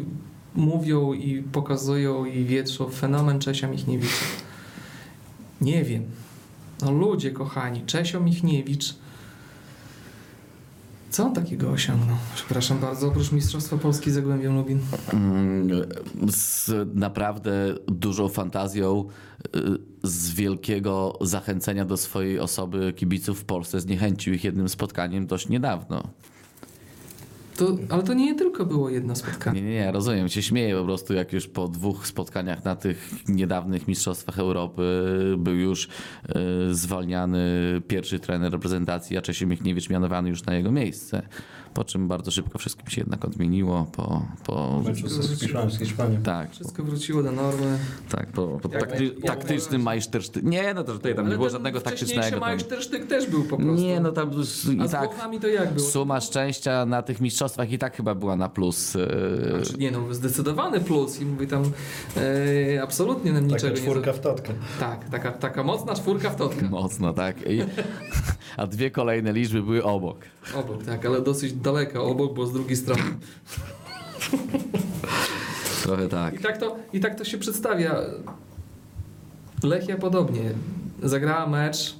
Speaker 1: mówią i pokazują i wietrzą fenomen Czesia Michniewicza. Nie wiem. No ludzie kochani, Czesio Michniewicz, co on takiego osiągnął? Przepraszam bardzo, oprócz Mistrzostwa Polski z Zagłębiem Lubin.
Speaker 3: Z naprawdę dużą fantazją, z wielkiego zachęcenia do swojej osoby kibiców w Polsce zniechęcił ich jednym spotkaniem dość niedawno.
Speaker 1: Ale to nie tylko było jedno spotkanie.
Speaker 3: Nie, rozumiem. Się śmieję po prostu, jak już po 2 spotkaniach na tych niedawnych Mistrzostwach Europy był już zwalniany pierwszy trener reprezentacji, a Czesio Michniewicz mianowany już na jego miejsce. Po czym bardzo szybko wszystkim się jednak odmieniło. Po
Speaker 4: Meczu z Hiszpanią.
Speaker 3: tak,
Speaker 1: Wszystko wróciło do normy.
Speaker 3: tak, po taktycznym majstersztyku. Nie, no to tutaj tam nie było żadnego taktycznego. Tam...
Speaker 1: Majstersztyk też był po prostu.
Speaker 3: Nie, no tam
Speaker 1: A
Speaker 3: i
Speaker 1: z
Speaker 3: tak
Speaker 1: Włochami to jak było?
Speaker 3: suma szczęścia na tych mistrzostwach i tak chyba była na plus.
Speaker 1: Znaczy, nie no, zdecydowany plus i mówię tam absolutnie nam
Speaker 4: Taka
Speaker 1: niczego nie...
Speaker 4: czwórka w totkę.
Speaker 1: Tak, taka mocna czwórka w totkę.
Speaker 3: Mocno, tak. A 2 kolejne liczby były obok.
Speaker 1: Obok, tak, ale dosyć daleko obok, bo z drugiej strony.
Speaker 3: Trochę tak.
Speaker 1: I tak to się przedstawia. Lechia podobnie. Zagrała mecz.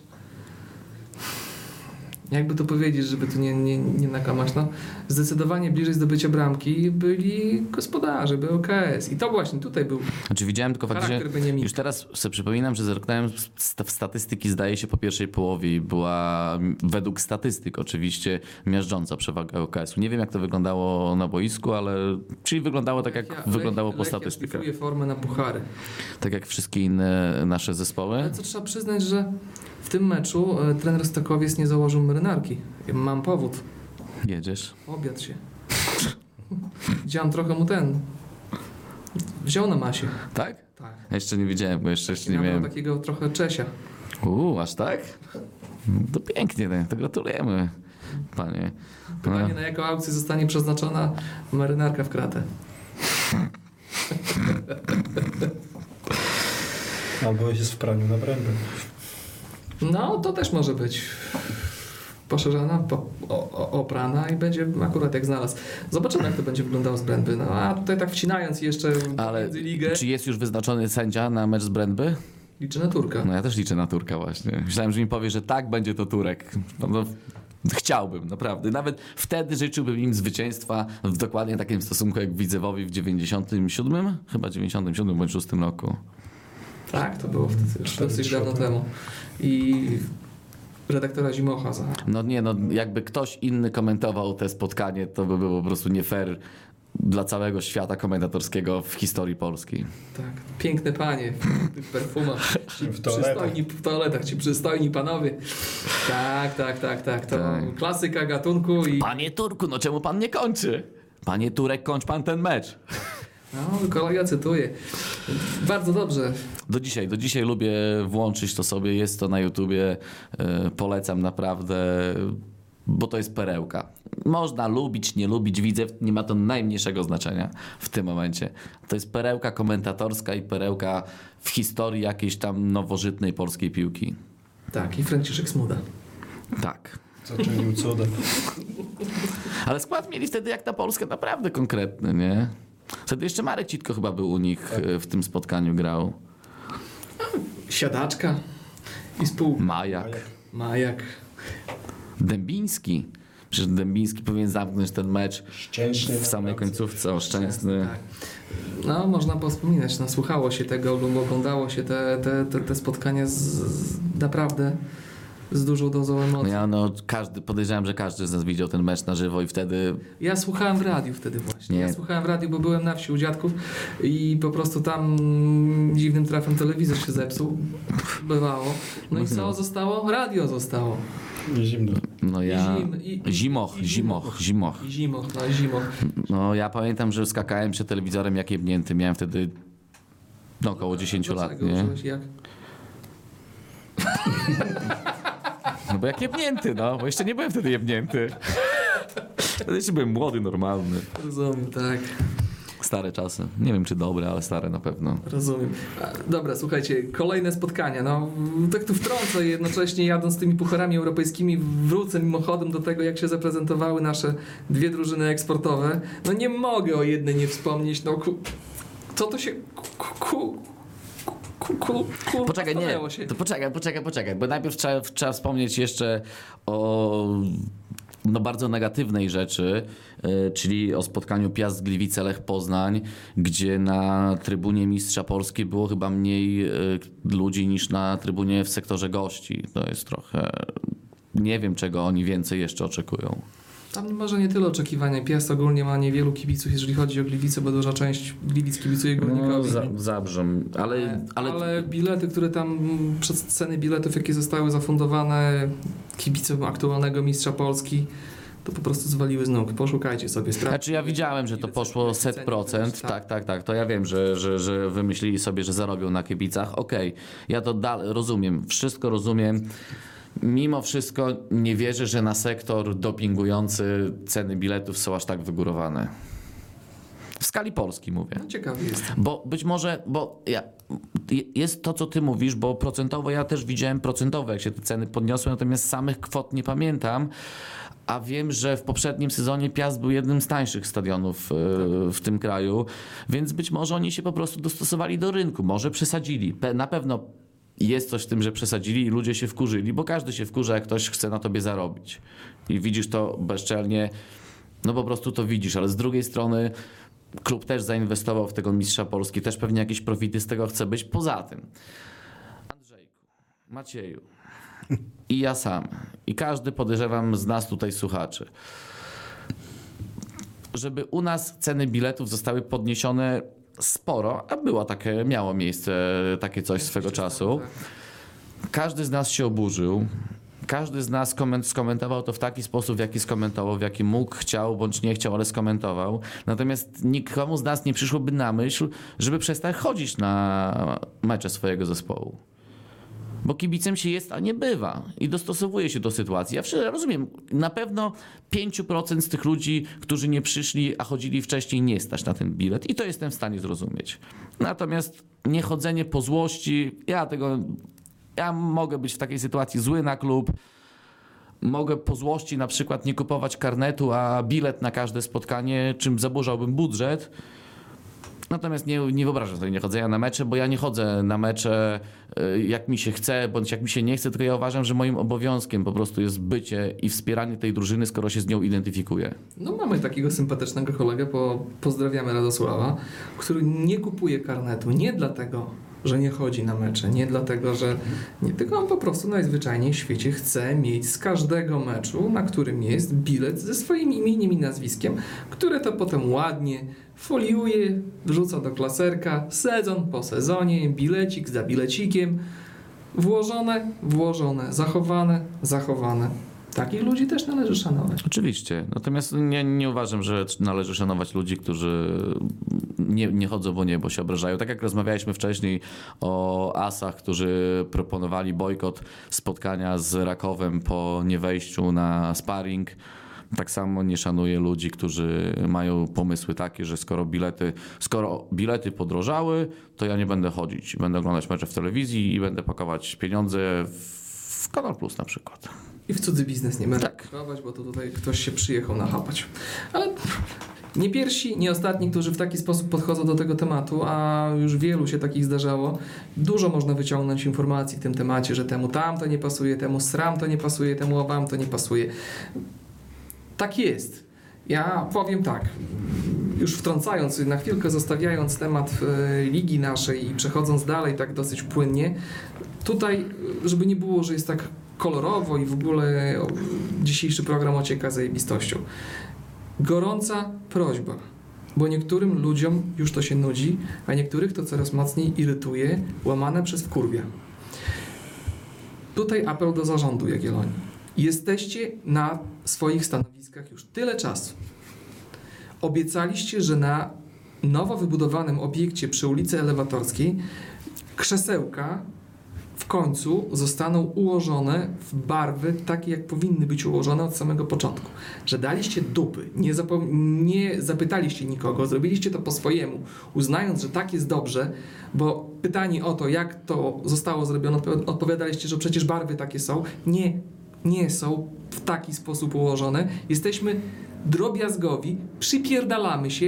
Speaker 1: Jakby to powiedzieć, żeby tu nie nakłamać, no. Zdecydowanie bliżej zdobycia bramki byli gospodarze, był OKS. I to właśnie tutaj był
Speaker 3: Znaczy widziałem tylko faktycznie,
Speaker 1: charakter Beniamina.
Speaker 3: już teraz sobie przypominam, że zerknąłem w statystyki, zdaje się po pierwszej połowie i była według statystyk oczywiście miażdżąca przewaga OKS-u. Nie wiem jak to wyglądało na boisku, ale czyli wyglądało tak jak wyglądało po statystykach.
Speaker 1: Lechia formę na puchary.
Speaker 3: Tak jak wszystkie inne nasze zespoły.
Speaker 1: Ale co trzeba przyznać, że w tym meczu trener Stokowiec nie założył marynarki. Mam powód.
Speaker 3: Jedziesz?
Speaker 1: Obiad się. Widziałem trochę mu wziął na masie.
Speaker 3: Tak?
Speaker 1: Tak.
Speaker 3: Ja jeszcze nie widziałem, bo jeszcze nie
Speaker 1: Nabrał
Speaker 3: miałem.
Speaker 1: takiego trochę Czesia.
Speaker 3: Aż tak? No to pięknie, to gratulujemy, panie.
Speaker 1: Pytanie, na jaką aukcję zostanie przeznaczona marynarka w kratę.
Speaker 4: Albo jest w praniu na bręby.
Speaker 1: No, to też może być poszerzana, oprana i będzie akurat jak znalazł. Zobaczymy, jak to będzie wyglądało z Brędby. No, a tutaj tak wcinając jeszcze między ligę,
Speaker 3: Czy jest już wyznaczony sędzia na mecz z Brędby?
Speaker 1: liczę na Turka.
Speaker 3: No ja też liczę na Turka właśnie. Myślałem, że mi powie, że tak, będzie to Turek. No, chciałbym, naprawdę. Nawet wtedy życzyłbym im zwycięstwa w dokładnie takim stosunku jak Widzewowi w 97? Chyba 97 bądź 6 roku.
Speaker 1: Tak, to było wtedy już dosyć dawno temu. I redaktora Zimocha za...
Speaker 3: No jakby ktoś inny komentował te spotkanie, to by było po prostu nie fair dla całego świata komentatorskiego w historii Polski.
Speaker 1: Tak, piękne panie w tych perfumach.
Speaker 4: W toaletach.
Speaker 1: Przystojni w toaletach, ci przystojni panowie. Tak. To
Speaker 3: Tak.
Speaker 1: klasyka gatunku i...
Speaker 3: Panie Turku, no czemu pan nie kończy? Panie Turek, kończ pan ten mecz.
Speaker 1: No, kolega cytuje. Bardzo dobrze.
Speaker 3: Do dzisiaj lubię włączyć to sobie, jest to na YouTubie, polecam naprawdę, bo to jest perełka. Można lubić, nie lubić Widzew, nie ma to najmniejszego znaczenia w tym momencie. To jest perełka komentatorska i perełka w historii jakiejś tam nowożytnej polskiej piłki.
Speaker 1: Tak, i Franciszek Smuda.
Speaker 3: Tak.
Speaker 4: Co czynił cudem.
Speaker 3: Ale skład mieli wtedy jak na Polskę naprawdę konkretny, nie? Wtedy jeszcze Marek Citko chyba był u nich w tym spotkaniu, grał.
Speaker 1: Siadaczka i spółka. Majak.
Speaker 3: Dębiński. Przecież Dębiński powinien zamknąć ten mecz
Speaker 4: Szczęśny
Speaker 3: w samej końcówce. Szczęsny.
Speaker 1: Tak. No, można powspominać. No, słuchało się tego, oglądało się te spotkania naprawdę z dużą dozą emocji.
Speaker 3: Podejrzewam, że każdy z nas widział ten mecz na żywo i wtedy...
Speaker 1: Ja słuchałem w radiu wtedy właśnie.
Speaker 3: Nie.
Speaker 1: Ja słuchałem w radiu, bo byłem na wsi u dziadków i po prostu tam dziwnym trafem telewizor się zepsuł. Bywało. No i co zostało? Radio zostało.
Speaker 4: I zimno.
Speaker 3: No ja... Zimoch.
Speaker 1: I zimoch.
Speaker 3: No ja pamiętam, że skakałem przed telewizorem jak jebnięty. Miałem wtedy około 10 lat, nie?
Speaker 1: Jak?
Speaker 3: No bo jak jebnięty, bo jeszcze nie byłem wtedy jebnięty. Wtedy jeszcze byłem młody, normalny.
Speaker 1: Rozumiem, tak.
Speaker 3: Stare czasy. Nie wiem, czy dobre, ale stare na pewno.
Speaker 1: Rozumiem. Dobra, słuchajcie, kolejne spotkania. No, tak tu wtrącę jednocześnie jadąc tymi pucharami europejskimi wrócę mimochodem do tego, jak się zaprezentowały nasze 2 drużyny eksportowe. No nie mogę o jednej nie wspomnieć. No, co to się...
Speaker 3: Poczekaj, nie. To poczekaj, bo najpierw trzeba wspomnieć jeszcze o bardzo negatywnej rzeczy, czyli o spotkaniu Piast-Gliwice-Lech Poznań, gdzie na trybunie Mistrza Polski było chyba mniej ludzi niż na trybunie w sektorze gości. To jest trochę... Nie wiem, czego oni więcej jeszcze oczekują.
Speaker 1: Tam może nie tyle oczekiwania. Piast ogólnie ma niewielu kibiców, jeżeli chodzi o Gliwice, bo duża część Gliwic kibicuje Górnikowi.
Speaker 3: Zabrzą,
Speaker 1: Ale bilety, które tam, przez ceny biletów, jakie zostały zafundowane kibicom aktualnego mistrza Polski, to po prostu zwaliły z nóg. Poszukajcie sobie sprawy.
Speaker 3: Znaczy ja widziałem, że to poszło 100%. Tak. To ja wiem, że wymyślili sobie, że zarobią na kibicach. Okej, ja to rozumiem. Wszystko rozumiem. Mimo wszystko nie wierzę, że na sektor dopingujący ceny biletów są aż tak wygórowane. W skali Polski mówię.
Speaker 1: No, ciekawy jest.
Speaker 3: Bo być może, jest to, co ty mówisz, bo procentowo ja też widziałem procentowo, jak się te ceny podniosły, natomiast samych kwot nie pamiętam. A wiem, że w poprzednim sezonie Piast był jednym z tańszych stadionów w tym kraju, więc być może oni się po prostu dostosowali do rynku, może przesadzili. Na pewno jest coś w tym, że przesadzili i ludzie się wkurzyli, bo każdy się wkurza, jak ktoś chce na tobie zarobić. I widzisz to bezczelnie, no po prostu to widzisz, ale z drugiej strony klub też zainwestował w tego mistrza Polski, też pewnie jakieś profity z tego chce być. Poza tym, Andrzejku, Macieju i ja sam, i każdy, podejrzewam, z nas tutaj słuchaczy, żeby u nas ceny biletów zostały podniesione sporo, a miało miejsce takie coś swego czasu. Każdy z nas się oburzył. Każdy z nas skomentował to w taki sposób, w jaki skomentował, w jaki mógł, chciał bądź nie chciał, ale skomentował. Natomiast nikomu z nas nie przyszłoby na myśl, żeby przestać chodzić na mecze swojego zespołu. Bo kibicem się jest, a nie bywa. I dostosowuje się do sytuacji. Ja rozumiem, na pewno 5% z tych ludzi, którzy nie przyszli, a chodzili wcześniej, nie stać na ten bilet. I to jestem w stanie zrozumieć. Natomiast niechodzenie po złości, ja mogę być w takiej sytuacji zły na klub. Mogę po złości na przykład nie kupować karnetu, a bilet na każde spotkanie, czym zaburzałbym budżet. Natomiast nie wyobrażam sobie niechodzenia na mecze, bo ja nie chodzę na mecze jak mi się chce, bądź jak mi się nie chce, tylko ja uważam, że moim obowiązkiem po prostu jest bycie i wspieranie tej drużyny, skoro się z nią identyfikuję.
Speaker 1: No mamy takiego sympatycznego kolegę, pozdrawiamy Radosława, który nie kupuje karnetu, nie dlatego, że nie chodzi na mecze, nie dlatego, że nie, tylko on po prostu najzwyczajniej w świecie chce mieć z każdego meczu, na którym jest, bilet ze swoim imieniem i nazwiskiem, które to potem ładnie foliuje, wrzuca do klaserka, sezon po sezonie, bilecik za bilecikiem, włożone, zachowane. Takich ludzi też należy szanować.
Speaker 3: Oczywiście. Natomiast nie uważam, że należy szanować ludzi, którzy nie chodzą po niebo, się obrażają. Tak jak rozmawialiśmy wcześniej o asach, którzy proponowali bojkot spotkania z Rakowem po niewejściu na sparring. Tak samo nie szanuję ludzi, którzy mają pomysły takie, że skoro bilety podrożały, to ja nie będę chodzić. Będę oglądać mecze w telewizji i będę pakować pieniądze w Kanal Plus na przykład.
Speaker 1: I w cudzy biznes nie będę
Speaker 3: Tak.
Speaker 1: pakować, bo to tutaj ktoś się przyjechał nachapać. Ale nie pierwsi, nie ostatni, którzy w taki sposób podchodzą do tego tematu, a już wielu się takich zdarzało. Dużo można wyciągnąć informacji w tym temacie, że temu tamto nie pasuje, temu sram to nie pasuje, temu wam to nie pasuje. Tak jest. Ja powiem tak, już wtrącając, na chwilkę zostawiając temat ligi naszej i przechodząc dalej tak dosyć płynnie, tutaj, żeby nie było, że jest tak kolorowo i w ogóle dzisiejszy program ocieka zajebistością. Gorąca prośba, bo niektórym ludziom już to się nudzi, a niektórych to coraz mocniej irytuje, łamane przez wkurwia. Tutaj apel do zarządu Jagiellonii. Jesteście na swoich stanowiskach już tyle czasu. Obiecaliście, że na nowo wybudowanym obiekcie przy ulicy Elewatorskiej krzesełka w końcu zostaną ułożone w barwy takie, jak powinny być ułożone od samego początku. Że daliście dupy, nie zapytaliście nikogo, zrobiliście to po swojemu, uznając, że tak jest dobrze, bo pytani o to, jak to zostało zrobione, odpowiadaliście, że przecież barwy takie są. Nie są w taki sposób ułożone. Jesteśmy drobiazgowi, przypierdalamy się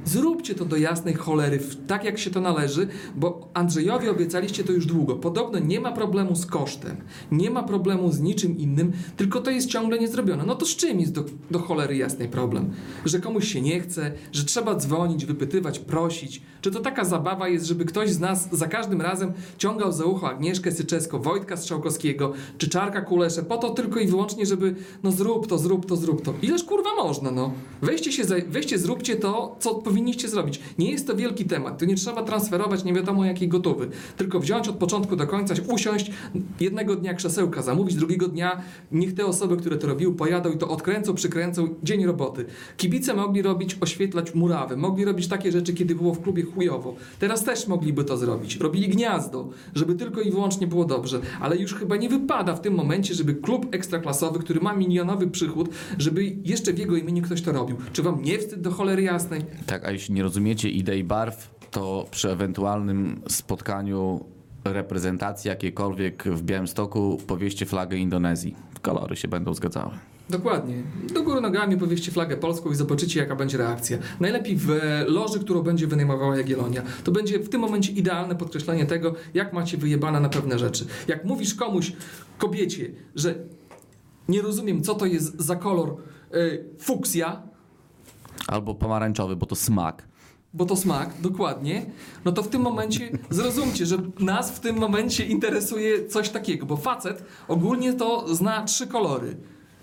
Speaker 1: Zróbcie to do jasnej cholery, tak jak się to należy, bo Andrzejowi obiecaliście to już długo. Podobno nie ma problemu z kosztem, nie ma problemu z niczym innym, tylko to jest ciągle niezrobione. No to z czym jest do cholery jasnej problem? Że komuś się nie chce, że trzeba dzwonić, wypytywać, prosić. Czy to taka zabawa jest, żeby ktoś z nas za każdym razem ciągał za ucho Agnieszkę Syczewską, Wojtka Strzałkowskiego, czy Czarka Kuleszę, po to tylko i wyłącznie, żeby no zrób to. Ileż kurwa można, no. Weźcie, zróbcie to, co powinniście zrobić. Nie jest to wielki temat, tu nie trzeba transferować nie wiadomo jakiej gotowy, tylko wziąć od początku do końca, usiąść, jednego dnia krzesełka zamówić, drugiego dnia niech te osoby, które to robiły, pojadą i to odkręcą, przykręcą, dzień roboty. Kibice mogli robić, oświetlać murawy, mogli robić takie rzeczy, kiedy było w klubie chujowo. Teraz też mogliby to zrobić. Robili gniazdo, żeby tylko i wyłącznie było dobrze, ale już chyba nie wypada w tym momencie, żeby klub ekstraklasowy, który ma milionowy przychód, żeby jeszcze w jego imieniu ktoś to robił. Czy wam nie wstyd do cholery jasnej?
Speaker 3: Tak, a jeśli nie rozumiecie idei barw, to przy ewentualnym spotkaniu reprezentacji jakiejkolwiek w Białymstoku powieście flagę Indonezji. Kolory się będą zgadzały.
Speaker 1: Dokładnie. Do góry nogami powieście flagę polską i zobaczycie, jaka będzie reakcja. Najlepiej w loży, którą będzie wynajmowała Jagiellonia. To będzie w tym momencie idealne podkreślenie tego, jak macie wyjebane na pewne rzeczy. Jak mówisz komuś, kobiecie, że nie rozumiem, co to jest za kolor fuksja,
Speaker 3: Albo pomarańczowy, bo to smak.
Speaker 1: bo to smak, dokładnie, no to w tym momencie zrozumcie, że nas w tym momencie interesuje coś takiego, bo facet ogólnie to zna 3 kolory.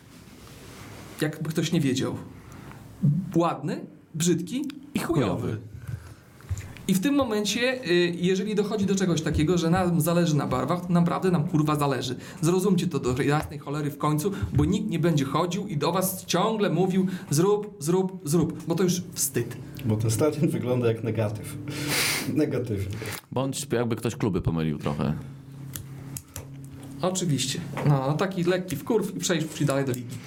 Speaker 1: Jakby ktoś nie wiedział. Ładny, brzydki i chujowy. I w tym momencie, jeżeli dochodzi do czegoś takiego, że nam zależy na barwach, to naprawdę nam kurwa zależy. Zrozumcie to do jasnej cholery w końcu, bo nikt nie będzie chodził i do was ciągle mówił zrób, bo to już wstyd.
Speaker 4: Bo ten stadion wygląda jak negatyw. Negatywnie.
Speaker 3: Bądź jakby ktoś kluby pomylił trochę.
Speaker 1: Oczywiście. No, taki lekki wkurw i przejdź dalej do ligi.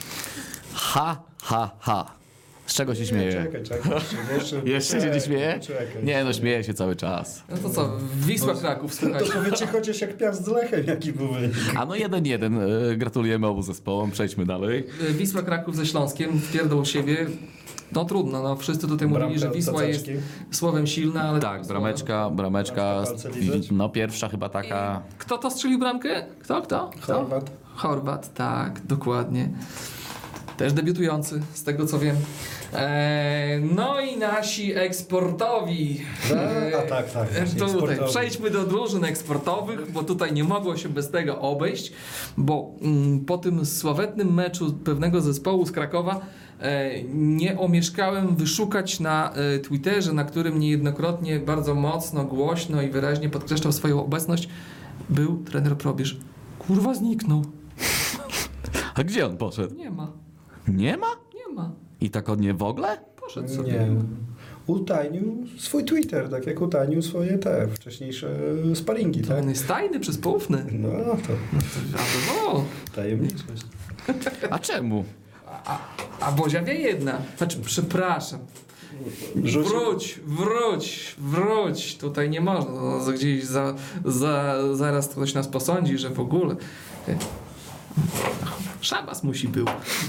Speaker 3: Ha. Z czego się śmieje?
Speaker 4: Czekaj.
Speaker 3: Jeszcze się nie śmieje?
Speaker 4: Czekaj.
Speaker 3: Nie, no śmieje się cały czas.
Speaker 1: No to co, Wisła Kraków,
Speaker 4: To
Speaker 1: słuchajcie.
Speaker 4: powiecie chociaż jak Piast z Lechem, jaki był wynik.
Speaker 3: A no 1-1. Gratulujemy obu zespołom. Przejdźmy dalej.
Speaker 1: Wisła Kraków ze Śląskiem wpierdol siebie. No trudno, no wszyscy tutaj mówili, że Wisła jest słowem silna, ale...
Speaker 3: Tak, brameczka.
Speaker 4: palce lizać?
Speaker 3: No pierwsza chyba taka...
Speaker 1: Kto to strzelił bramkę? Kto? Chorwat, tak, dokładnie. Też debiutujący, z tego co wiem. No i nasi eksportowi.
Speaker 4: Tak.
Speaker 1: Tutaj przejdźmy do drużyn eksportowych, bo tutaj nie mogło się bez tego obejść, bo po tym sławetnym meczu pewnego zespołu z Krakowa nie omieszkałem wyszukać na Twitterze, na którym niejednokrotnie bardzo mocno, głośno i wyraźnie podkreślał swoją obecność, był trener Probierz. Kurwa, zniknął.
Speaker 3: A gdzie on poszedł?
Speaker 1: Nie ma.
Speaker 3: Nie ma?
Speaker 1: Nie ma.
Speaker 3: I tak on nie w ogóle?
Speaker 1: Poszedł sobie.
Speaker 4: Nie. Utajnił swój Twitter, tak jak utajnił swoje te wcześniejsze sparingi,
Speaker 1: To
Speaker 4: tak?
Speaker 1: on jest tajny, przyspówny.
Speaker 4: No to
Speaker 1: No,
Speaker 4: tajemniczość.
Speaker 3: A czemu?
Speaker 1: a Bozia wie jedna. Znaczy, przepraszam. Wróć. Tutaj nie można. No, gdzieś zaraz ktoś nas posądzi, że w ogóle. Szabas musi był.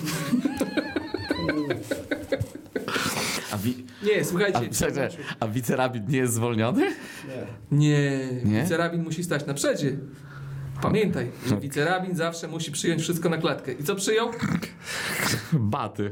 Speaker 1: Nie, słuchajcie.
Speaker 3: A wicerabit nie jest zwolniony?
Speaker 1: Nie,
Speaker 3: Nie?
Speaker 1: wicerabin musi stać na przedzie. Pamiętaj, że wicerabin zawsze musi przyjąć wszystko na klatkę. I co przyjął?
Speaker 3: Baty.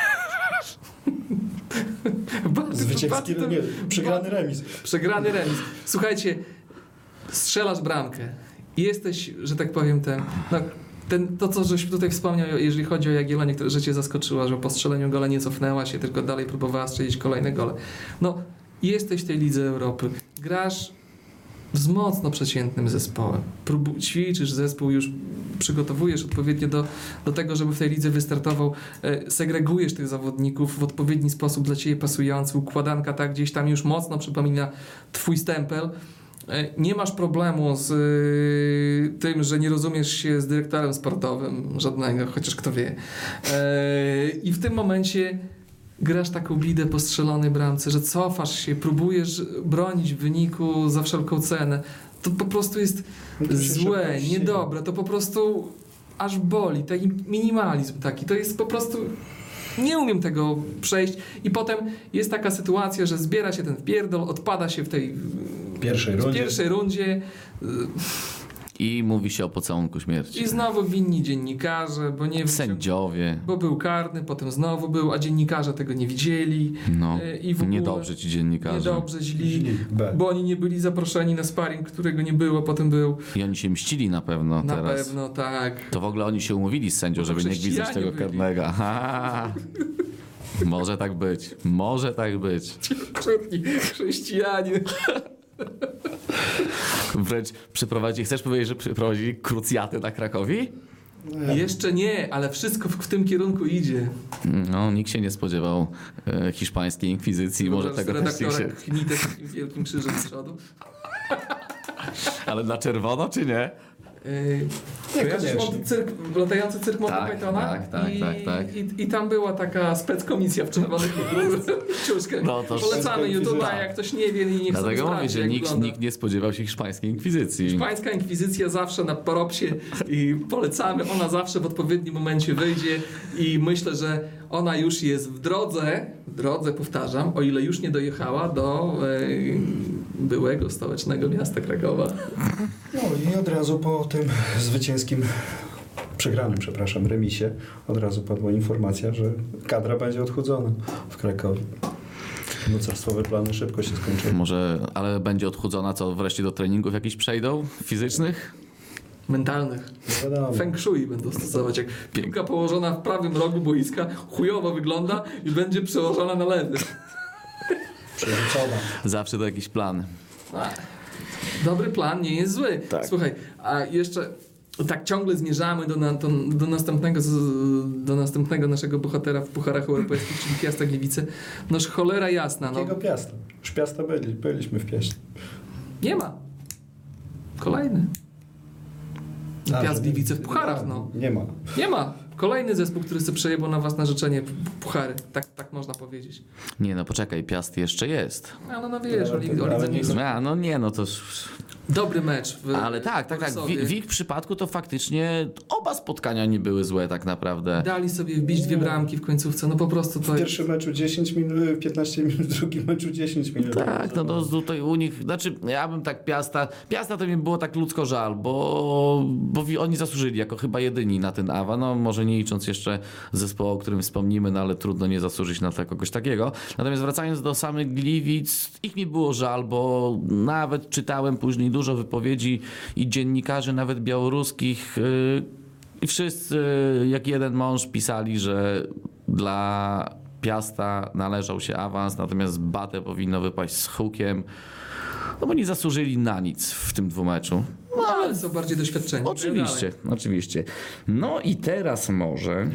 Speaker 4: Zwycięski, przegrany remis.
Speaker 1: Przegrany remis. Słuchajcie, strzelasz bramkę. Jesteś, że tak powiem, to co żeś tutaj wspomniał, jeżeli chodzi o Jagiellonię, że cię zaskoczyła, że po strzeleniu gola nie cofnęła się, tylko dalej próbowała strzelić kolejne gole. No, jesteś w tej Lidze Europy. Grasz z mocno przeciętnym zespołem. Ćwiczysz zespół, już przygotowujesz odpowiednio do tego, żeby w tej lidze wystartował. Segregujesz tych zawodników w odpowiedni sposób dla ciebie pasujący. Układanka tak gdzieś tam już mocno przypomina twój stempel. Nie masz problemu z tym, że nie rozumiesz się z dyrektorem sportowym żadnego, chociaż kto wie. I w tym momencie grasz taką bidę po strzelonej bramce, że cofasz się, próbujesz bronić wyniku za wszelką cenę. To po prostu jest złe, niedobre. To po prostu aż boli. Taki minimalizm taki. To jest po prostu Nie umiem tego przejść i potem jest taka sytuacja, że zbiera się ten wpierdol, odpada się w tej pierwszej rundzie.
Speaker 3: I mówi się o pocałunku śmierci.
Speaker 1: I znowu winni dziennikarze, bo nie
Speaker 3: Sędziowie.
Speaker 1: bo był karny, potem znowu był, a dziennikarze tego nie widzieli.
Speaker 3: No,
Speaker 1: I w ogóle
Speaker 3: niedobrze ci dziennikarze.
Speaker 1: Niedobrze, źli, bo oni nie byli zaproszeni na sparring, którego nie było, potem był.
Speaker 3: I oni się mścili na pewno
Speaker 1: Na
Speaker 3: teraz.
Speaker 1: pewno, tak.
Speaker 3: To w ogóle oni się umówili z sędzią, żeby nie gwizdać tego
Speaker 1: chrześcijanie byli.
Speaker 3: karnego. Ha! Może tak być. Może tak być.
Speaker 1: Krzyknij, chrześcijanie.
Speaker 3: Wręcz chcesz powiedzieć, że przeprowadzili krucjatę na Krakowi?
Speaker 1: Jeszcze nie, ale wszystko w tym kierunku idzie.
Speaker 3: No, nikt się nie spodziewał hiszpańskiej inkwizycji. Może tego też nikt się...
Speaker 1: Knitę z takim wielkim krzyżem z przodu.
Speaker 3: Ale na czerwono, czy nie?
Speaker 1: Kojarzysz latający cyrk Monty
Speaker 3: Tak,
Speaker 1: Pythona?
Speaker 3: tak.
Speaker 1: I tam była taka speckomisja w czerwonych ciuszkach.
Speaker 3: No to
Speaker 1: Polecamy YouTube'a,
Speaker 3: tak.
Speaker 1: jak ktoś nie wie i niech sobie
Speaker 3: Dlatego mówię,
Speaker 1: sprawdzi,
Speaker 3: że
Speaker 1: jak
Speaker 3: nikt
Speaker 1: wygląda.
Speaker 3: nie spodziewał się hiszpańskiej inkwizycji.
Speaker 1: Hiszpańska inkwizycja zawsze na propsie i polecamy, ona zawsze w odpowiednim momencie wyjdzie i myślę, że ona już jest w drodze powtarzam, o ile już nie dojechała do byłego stołecznego miasta Krakowa.
Speaker 4: No i od razu po tym przegranym remisie, od razu padła informacja, że kadra będzie odchudzona w Krakowie. Mocarstwowe plany szybko się skończyły.
Speaker 3: Może, ale będzie odchudzona, co wreszcie do treningów jakichś przejdą? Fizycznych?
Speaker 1: Mentalnych.
Speaker 4: No wiadomo.
Speaker 1: Feng shui będą stosować. Jak piłka położona w prawym rogu boiska chujowo wygląda i będzie przełożona na lewy.
Speaker 4: Przerzucona.
Speaker 3: Zawsze to jakiś plan.
Speaker 1: Dobry plan nie jest zły.
Speaker 3: Tak.
Speaker 1: Słuchaj, a jeszcze tak ciągle zmierzamy do następnego naszego bohatera w pucharach europejskich, czyli Piasta Gliwice. Noż cholera jasna. No,
Speaker 4: Jakiego Piasta? Już Piasta byliśmy w Pieście.
Speaker 1: nie ma. Kolejny. Piast Gliwice w pucharach, no.
Speaker 4: Nie ma.
Speaker 1: Nie ma. Kolejny zespół, który sobie przejebał na własne życzenie puchary. Tak można powiedzieć.
Speaker 3: Nie no, poczekaj, Piast jeszcze jest.
Speaker 1: No wiesz, o
Speaker 4: Ale
Speaker 1: lidze nie
Speaker 4: nie-
Speaker 1: jest.
Speaker 3: No nie, no to...
Speaker 1: Dobry mecz.
Speaker 3: Ale tak. W ich przypadku to faktycznie oba spotkania nie były złe tak naprawdę.
Speaker 1: Dali sobie wbić 2 bramki w końcówce. No po prostu to
Speaker 4: W
Speaker 1: jest...
Speaker 4: pierwszym meczu 10 minut, 15 minut, w drugim meczu 10 minut.
Speaker 3: Tak, no tutaj u nich, znaczy ja bym tak Piasta to mi było tak ludzko żal, bo oni zasłużyli jako chyba jedyni na ten awans, no może nie licząc jeszcze zespołu, o którym wspomnimy, no ale trudno nie zasłużyć na kogoś takiego. Natomiast wracając do samych Gliwic, ich mi było żal, bo nawet czytałem później dużo wypowiedzi i dziennikarzy, nawet białoruskich, i wszyscy jak jeden mąż pisali, że dla Piasta należał się awans, natomiast Batę powinno wypaść z hukiem, no bo nie zasłużyli na nic w tym dwumeczu.
Speaker 1: No ale są bardziej doświadczeni.
Speaker 3: Oczywiście. No i teraz może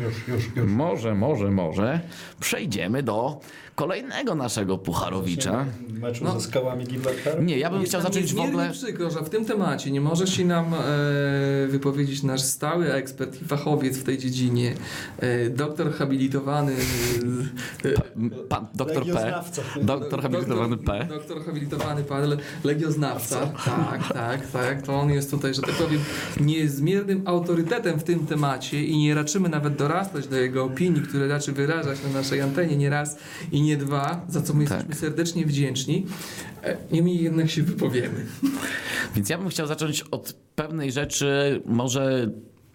Speaker 3: przejdziemy do kolejnego naszego pucharowicza.
Speaker 4: Meczu ze skałami Gibraltaru?
Speaker 3: Nie, ja bym
Speaker 1: Jest
Speaker 3: chciał
Speaker 1: nam
Speaker 3: zacząć w
Speaker 1: niezmiernie
Speaker 3: ogóle...
Speaker 1: przykro, że w tym temacie nie może się nam wypowiedzieć nasz stały ekspert i fachowiec w tej dziedzinie, doktor habilitowany
Speaker 3: Pan doktor P.
Speaker 4: Legioznawca.
Speaker 3: Doktor habilitowany P.
Speaker 1: Doktor habilitowany pan legioznawca. Tak. To on jest tutaj, że tak powiem, niezmiernym autorytetem w tym temacie i nie raczymy nawet dorastać do jego opinii, które raczy wyrażać na naszej antenie nie raz i nie dwa, za co my jesteśmy serdecznie wdzięczni. Niemniej jednak się wypowiemy.
Speaker 3: Więc ja bym chciał zacząć od pewnej rzeczy, może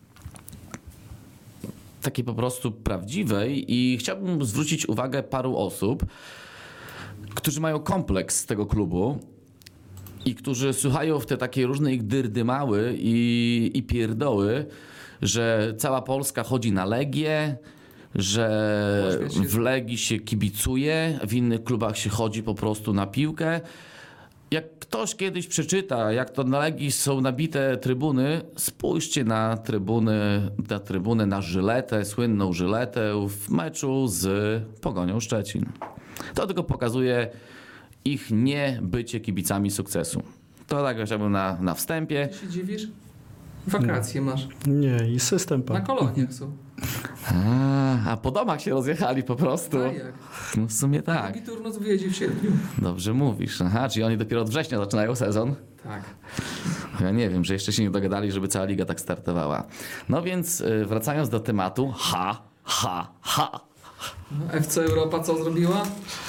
Speaker 3: takiej po prostu prawdziwej i chciałbym zwrócić uwagę paru osób, którzy mają kompleks z tego klubu i którzy słuchają w te takie różne ich dyrdymały i pierdoły, że cała Polska chodzi na Legię, że w Legii się kibicuje, w innych klubach się chodzi po prostu na piłkę. Jak ktoś kiedyś przeczyta, jak to na Legii są nabite trybuny, spójrzcie na trybunę na Żyletę, słynną Żyletę w meczu z Pogonią Szczecin. To tylko pokazuje ich niebycie kibicami sukcesu. To tak chciałbym na wstępie.
Speaker 1: Ty się dziwisz? Wakacje masz.
Speaker 2: Nie, i system
Speaker 1: Na
Speaker 2: pan.
Speaker 1: koloniach są.
Speaker 3: A po domach się rozjechali po prostu.
Speaker 1: A jak?
Speaker 3: No w sumie tak.
Speaker 1: Drugi turnus wyjedzie w sierpniu.
Speaker 3: Dobrze mówisz. Aha, czyli oni dopiero od września zaczynają sezon.
Speaker 1: Tak.
Speaker 3: Ja nie wiem, że jeszcze się nie dogadali, żeby cała liga tak startowała. No więc wracając do tematu,
Speaker 1: No, FC Europa co zrobiła?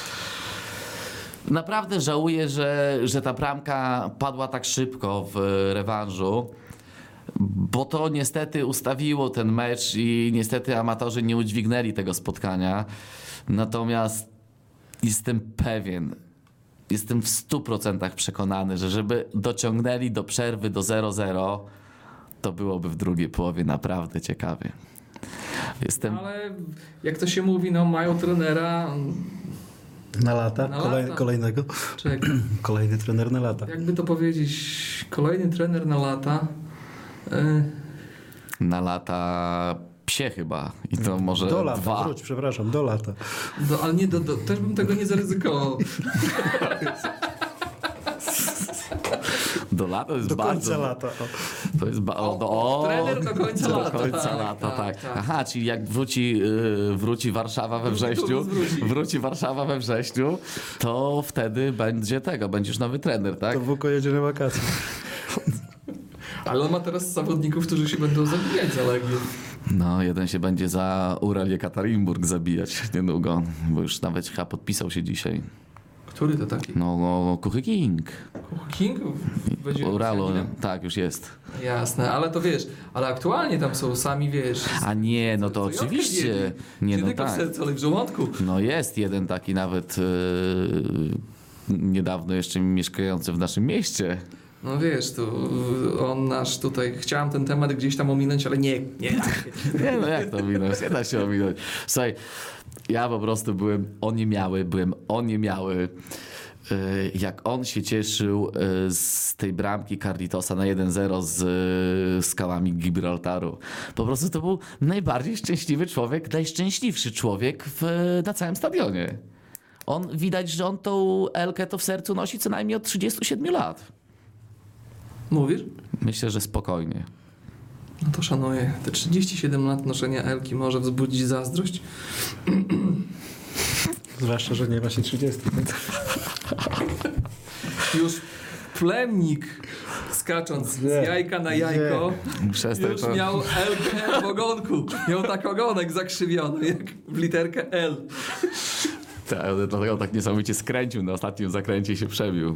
Speaker 3: Naprawdę żałuję, że ta bramka padła tak szybko w rewanżu, bo to niestety ustawiło ten mecz i niestety amatorzy nie udźwignęli tego spotkania. Natomiast jestem w 100% przekonany, że żeby dociągnęli do przerwy do 0-0, to byłoby w drugiej połowie naprawdę ciekawie.
Speaker 1: Ale jak to się mówi, no mają trenera...
Speaker 2: Na lata?
Speaker 1: Na lata.
Speaker 2: Kolejnego?
Speaker 1: Czekaj,
Speaker 2: Kolejny trener na lata.
Speaker 1: jakby to powiedzieć, kolejny trener na lata.
Speaker 3: Na lata psie chyba i to może
Speaker 2: Do lata,
Speaker 3: 2.
Speaker 2: wróć, przepraszam, do lata.
Speaker 1: Ale nie, też bym tego nie zaryzykował.
Speaker 3: Do lata to jest
Speaker 2: Do
Speaker 3: bardzo...
Speaker 2: końca lata. O.
Speaker 3: To jest
Speaker 1: Trener do końca
Speaker 3: do
Speaker 1: lata.
Speaker 3: końca lata, tak. Aha, czyli jak wróci Warszawa we wrześniu, wróci Warszawa we wrześniu, to wtedy będziesz nowy trener, tak?
Speaker 2: To Wuko jedzie na wakacje.
Speaker 1: Ale on ma teraz zawodników, którzy się będą zabijać za Legię.
Speaker 3: No, jeden się będzie za Ural Jekaterinburg zabijać niedługo, bo już nawet chyba podpisał się dzisiaj.
Speaker 1: Który to taki?
Speaker 3: No, Kuchy King.
Speaker 1: King? Będzie
Speaker 3: Uralu,
Speaker 1: Rosjaninem?
Speaker 3: tak, już jest.
Speaker 1: Jasne, ale to wiesz, ale aktualnie tam są sami, wiesz...
Speaker 3: A nie, no to
Speaker 1: Jątkę
Speaker 3: oczywiście.
Speaker 1: zjedli.
Speaker 3: Nie, no
Speaker 1: tylko w
Speaker 3: tak.
Speaker 1: sercu, ale w żołądku.
Speaker 3: No jest jeden taki nawet niedawno jeszcze mieszkający w naszym mieście.
Speaker 1: No wiesz, to on nasz tutaj... Chciałem ten temat gdzieś tam ominąć, ale nie.
Speaker 3: Nie, no jak to ominąć? Nie da się ominąć. Słuchaj, ja po prostu byłem oniemiały, jak on się cieszył z tej bramki Carlitosa na 1-0 z skałami Gibraltaru. Po prostu to był najbardziej szczęśliwy człowiek, najszczęśliwszy człowiek na całym stadionie. Widać, że on tą Elkę to w sercu nosi co najmniej od 37 lat.
Speaker 1: Mówisz?
Speaker 3: Myślę, że spokojnie.
Speaker 1: No to szanuję. Te 37 lat noszenia Elki może wzbudzić zazdrość.
Speaker 2: Zwłaszcza, że nie ma się 30.
Speaker 1: Już plemnik skacząc z jajka na jajko
Speaker 3: Przestań
Speaker 1: już
Speaker 3: to.
Speaker 1: miał Elkę w ogonku. Miał tak ogonek zakrzywiony jak w literkę L.
Speaker 3: Tak, dlatego tak niesamowicie skręcił na ostatnim zakręcie i się przebił.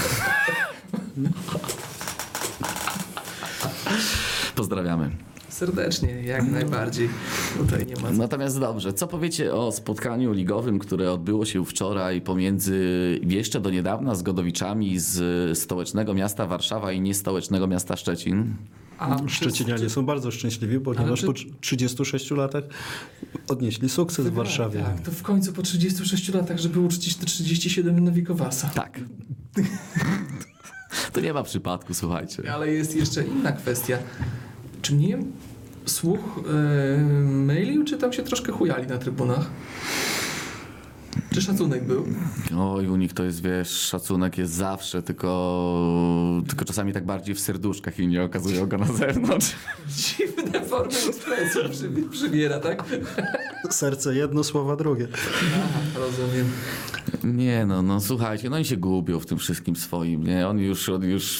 Speaker 3: Pozdrawiamy.
Speaker 1: Serdecznie, jak najbardziej. Tutaj nie ma co.
Speaker 3: Natomiast dobrze, co powiecie o spotkaniu ligowym, które odbyło się wczoraj pomiędzy jeszcze do niedawna zgodowiczami z stołecznego miasta Warszawa i niestołecznego miasta Szczecin?
Speaker 2: Szczecinianie są bardzo szczęśliwi, ponieważ po 36 latach odnieśli sukces w Warszawie.
Speaker 1: Tak, to w końcu po 36 latach, żeby uczcić te 37 Nowikowasa.
Speaker 3: Tak. To nie ma przypadku, słuchajcie.
Speaker 1: Ale jest jeszcze inna kwestia. Czy mnie słuch mylił, czy tam się troszkę chujali na trybunach? Czy szacunek był?
Speaker 3: Oj, u nich to jest, wiesz, szacunek jest zawsze, tylko czasami tak bardziej w serduszkach i nie okazują go na zewnątrz.
Speaker 1: Dziwne formy ekspresji przybiera, tak?
Speaker 2: Serce jedno, słowa drugie.
Speaker 1: Aha, rozumiem.
Speaker 3: Nie no słuchajcie, no oni się gubią w tym wszystkim swoim, nie? On już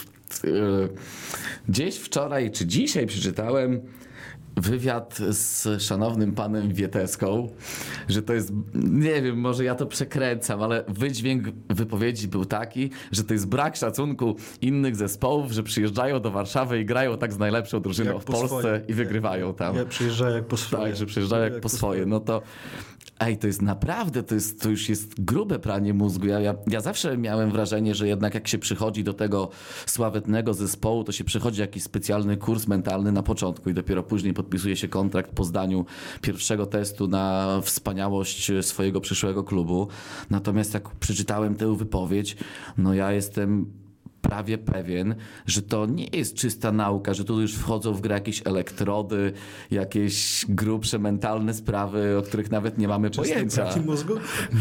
Speaker 3: gdzieś wczoraj czy dzisiaj przeczytałem wywiad z szanownym panem Wieteską, że to jest, nie wiem, może ja to przekręcam, ale wydźwięk wypowiedzi był taki, że to jest brak szacunku innych zespołów, że przyjeżdżają do Warszawy i grają tak z najlepszą drużyną
Speaker 2: Jak
Speaker 3: w
Speaker 2: po
Speaker 3: Polsce
Speaker 2: swoje.
Speaker 3: i wygrywają tam.
Speaker 2: Ja przyjeżdżają jak po swoje.
Speaker 3: Tak, że przyjeżdżają jak po swoje. No to to jest naprawdę, to już jest grube pranie mózgu. Ja zawsze miałem wrażenie, że jednak jak się przychodzi do tego sławetnego zespołu, to się przychodzi jakiś specjalny kurs mentalny na początku i dopiero później podpisuje się kontrakt po zdaniu pierwszego testu na wspaniałość swojego przyszłego klubu. Natomiast jak przeczytałem tę wypowiedź, no ja jestem prawie pewien, że to nie jest czysta nauka, że tu już wchodzą w grę jakieś elektrody, jakieś grubsze mentalne sprawy, o których nawet nie mamy pojęcia.
Speaker 2: Braki mózgu?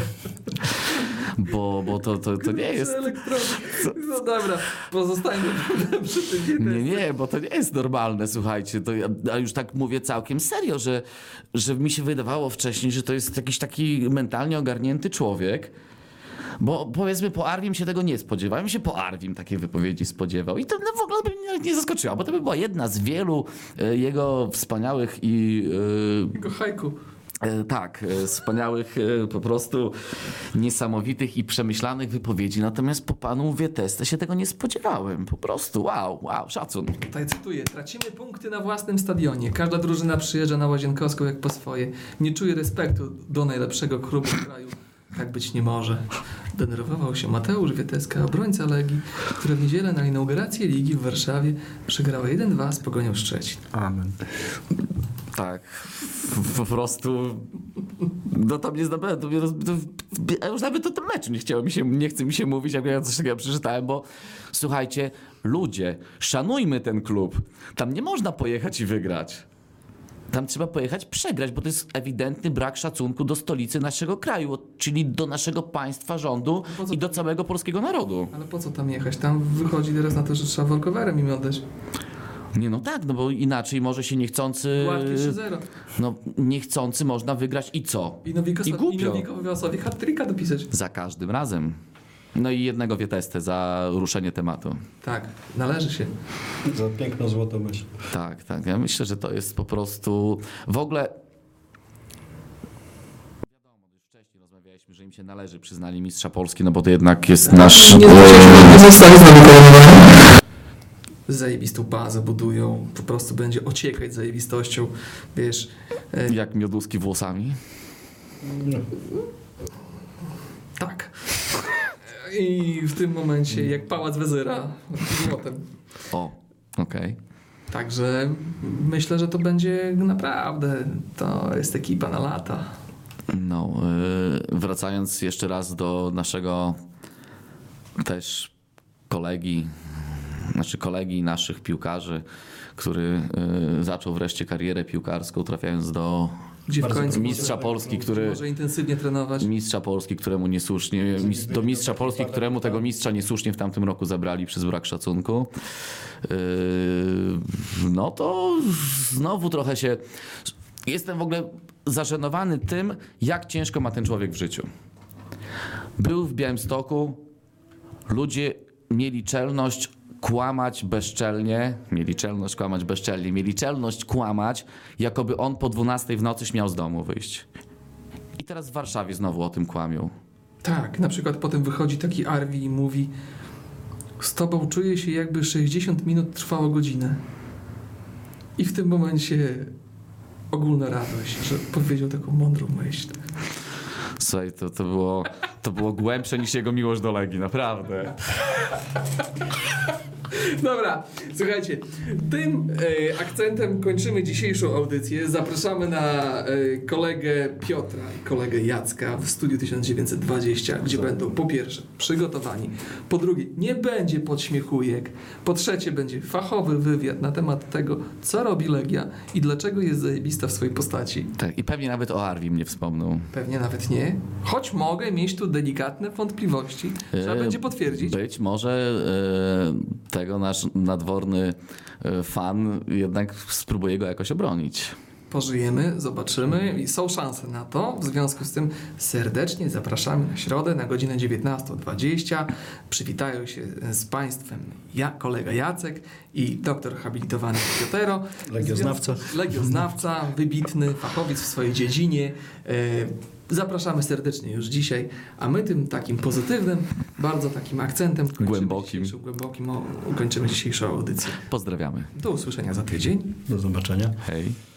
Speaker 3: Bo to nie jest...
Speaker 1: No dobra, pozostańmy przy tym.
Speaker 3: Nie, bo to nie jest normalne, słuchajcie. To ja już tak mówię całkiem serio, że mi się wydawało wcześniej, że to jest jakiś taki mentalnie ogarnięty człowiek. Bo powiedzmy po Arwim się tego nie spodziewałem, się po Arwim takiej wypowiedzi spodziewał i to w ogóle by mnie nie zaskoczyło, bo to by była jedna z wielu jego wspaniałych i
Speaker 1: Jego hajku.
Speaker 3: Tak, wspaniałych, po prostu niesamowitych i przemyślanych wypowiedzi. Natomiast po panu Wieteste się tego nie spodziewałem. Po prostu wow, szacun.
Speaker 1: Tutaj cytuję. Tracimy punkty na własnym stadionie. Każda drużyna przyjeżdża na Łazienkowską jak po swoje. Nie czuje respektu do najlepszego klubu w kraju. Tak być nie może. Denerwował się Mateusz Wieteska, obrońca Legii, który w niedzielę na inaugurację ligi w Warszawie przegrała 1-2 z Pogonią Szczecin.
Speaker 2: Amen.
Speaker 3: Tak, po prostu no to mnie ja już nawet o tym meczu nie chce mi się mówić, jak ja coś takiego przeczytałem, bo słuchajcie, ludzie, szanujmy ten klub. Tam nie można pojechać i wygrać. Tam trzeba pojechać przegrać, bo to jest ewidentny brak szacunku do stolicy naszego kraju, czyli do naszego państwa, rządu i do całego polskiego narodu.
Speaker 1: Ale po co tam jechać? Tam wychodzi teraz na to, że trzeba walkowerem im oddać.
Speaker 3: Nie, no tak, no bo inaczej może się niechcący...
Speaker 1: Gładkie 3-0.
Speaker 3: No niechcący można wygrać i co?
Speaker 1: I
Speaker 3: głupio.
Speaker 1: Nowikowi hat-tricka dopisać.
Speaker 3: Za każdym razem. No i jednego Wietestę za ruszenie tematu.
Speaker 1: Tak, należy się.
Speaker 4: Za piękną złotą myśl.
Speaker 3: Tak. Ja myślę, że to jest po prostu... W ogóle... Wiadomo, już wcześniej rozmawialiśmy, że im się należy przyznanie mistrza Polski, no bo to jednak jest nasz...
Speaker 1: Nie zostali znowu koronowani. Zajebistą bazę budują. Po prostu będzie ociekać zajebistością. Wiesz...
Speaker 3: Jak mioduski włosami.
Speaker 1: Tak. I w tym momencie jak pałac wezyra złotem.
Speaker 3: O, okej.
Speaker 1: Także myślę, że to będzie naprawdę, to jest ekipa na lata.
Speaker 3: No, wracając jeszcze raz do naszego też kolegi naszych piłkarzy, który zaczął wreszcie karierę piłkarską, trafiając do
Speaker 1: Gdzie w końcu
Speaker 3: mistrza Polski, który...
Speaker 1: może intensywnie trenować.
Speaker 3: Mistrza Polski, któremu niesłusznie... Do mistrza Polski, któremu tego mistrza niesłusznie w tamtym roku zabrali przez brak szacunku. No to znowu trochę się... Jestem w ogóle zażenowany tym, jak ciężko ma ten człowiek w życiu. Był w Białymstoku, ludzie mieli czelność kłamać bezczelnie, mieli czelność kłamać, jakoby on po 12 w nocy śmiał z domu wyjść. I teraz w Warszawie znowu o tym kłamią.
Speaker 1: Tak, na przykład potem wychodzi taki Arwi i mówi: z tobą czuję się, jakby 60 minut trwało godzinę. I w tym momencie ogólna radość, że powiedział taką mądrą myśl.
Speaker 3: Słuchaj, to było głębsze niż jego miłość do Legii, naprawdę.
Speaker 1: Dobra, słuchajcie, tym akcentem kończymy dzisiejszą audycję. Zapraszamy na kolegę Piotra i kolegę Jacka w Studiu 1920, gdzie będą po pierwsze przygotowani, po drugie nie będzie podśmiechujek, po trzecie będzie fachowy wywiad na temat tego, co robi Legia i dlaczego jest zajebista w swojej postaci.
Speaker 3: Tak, i pewnie nawet o Arwi mnie wspomną.
Speaker 1: Pewnie nawet nie, choć mogę mieć tu delikatne wątpliwości, trzeba będzie potwierdzić.
Speaker 3: Być może tego nasz nadworny fan jednak spróbuje go jakoś obronić.
Speaker 1: Pożyjemy, zobaczymy i są szanse na to. W związku z tym serdecznie zapraszamy na środę na godzinę 19:20. Przywitają się z Państwem kolega Jacek i doktor habilitowany Piotero. Legioznawca, wybitny fachowiec w swojej dziedzinie. Zapraszamy serdecznie już dzisiaj, a my tym takim pozytywnym, bardzo takim akcentem
Speaker 3: głębokim
Speaker 1: ukończymy dzisiejszą audycję.
Speaker 3: Pozdrawiamy.
Speaker 1: Do usłyszenia za tydzień.
Speaker 4: Do zobaczenia.
Speaker 3: Hej.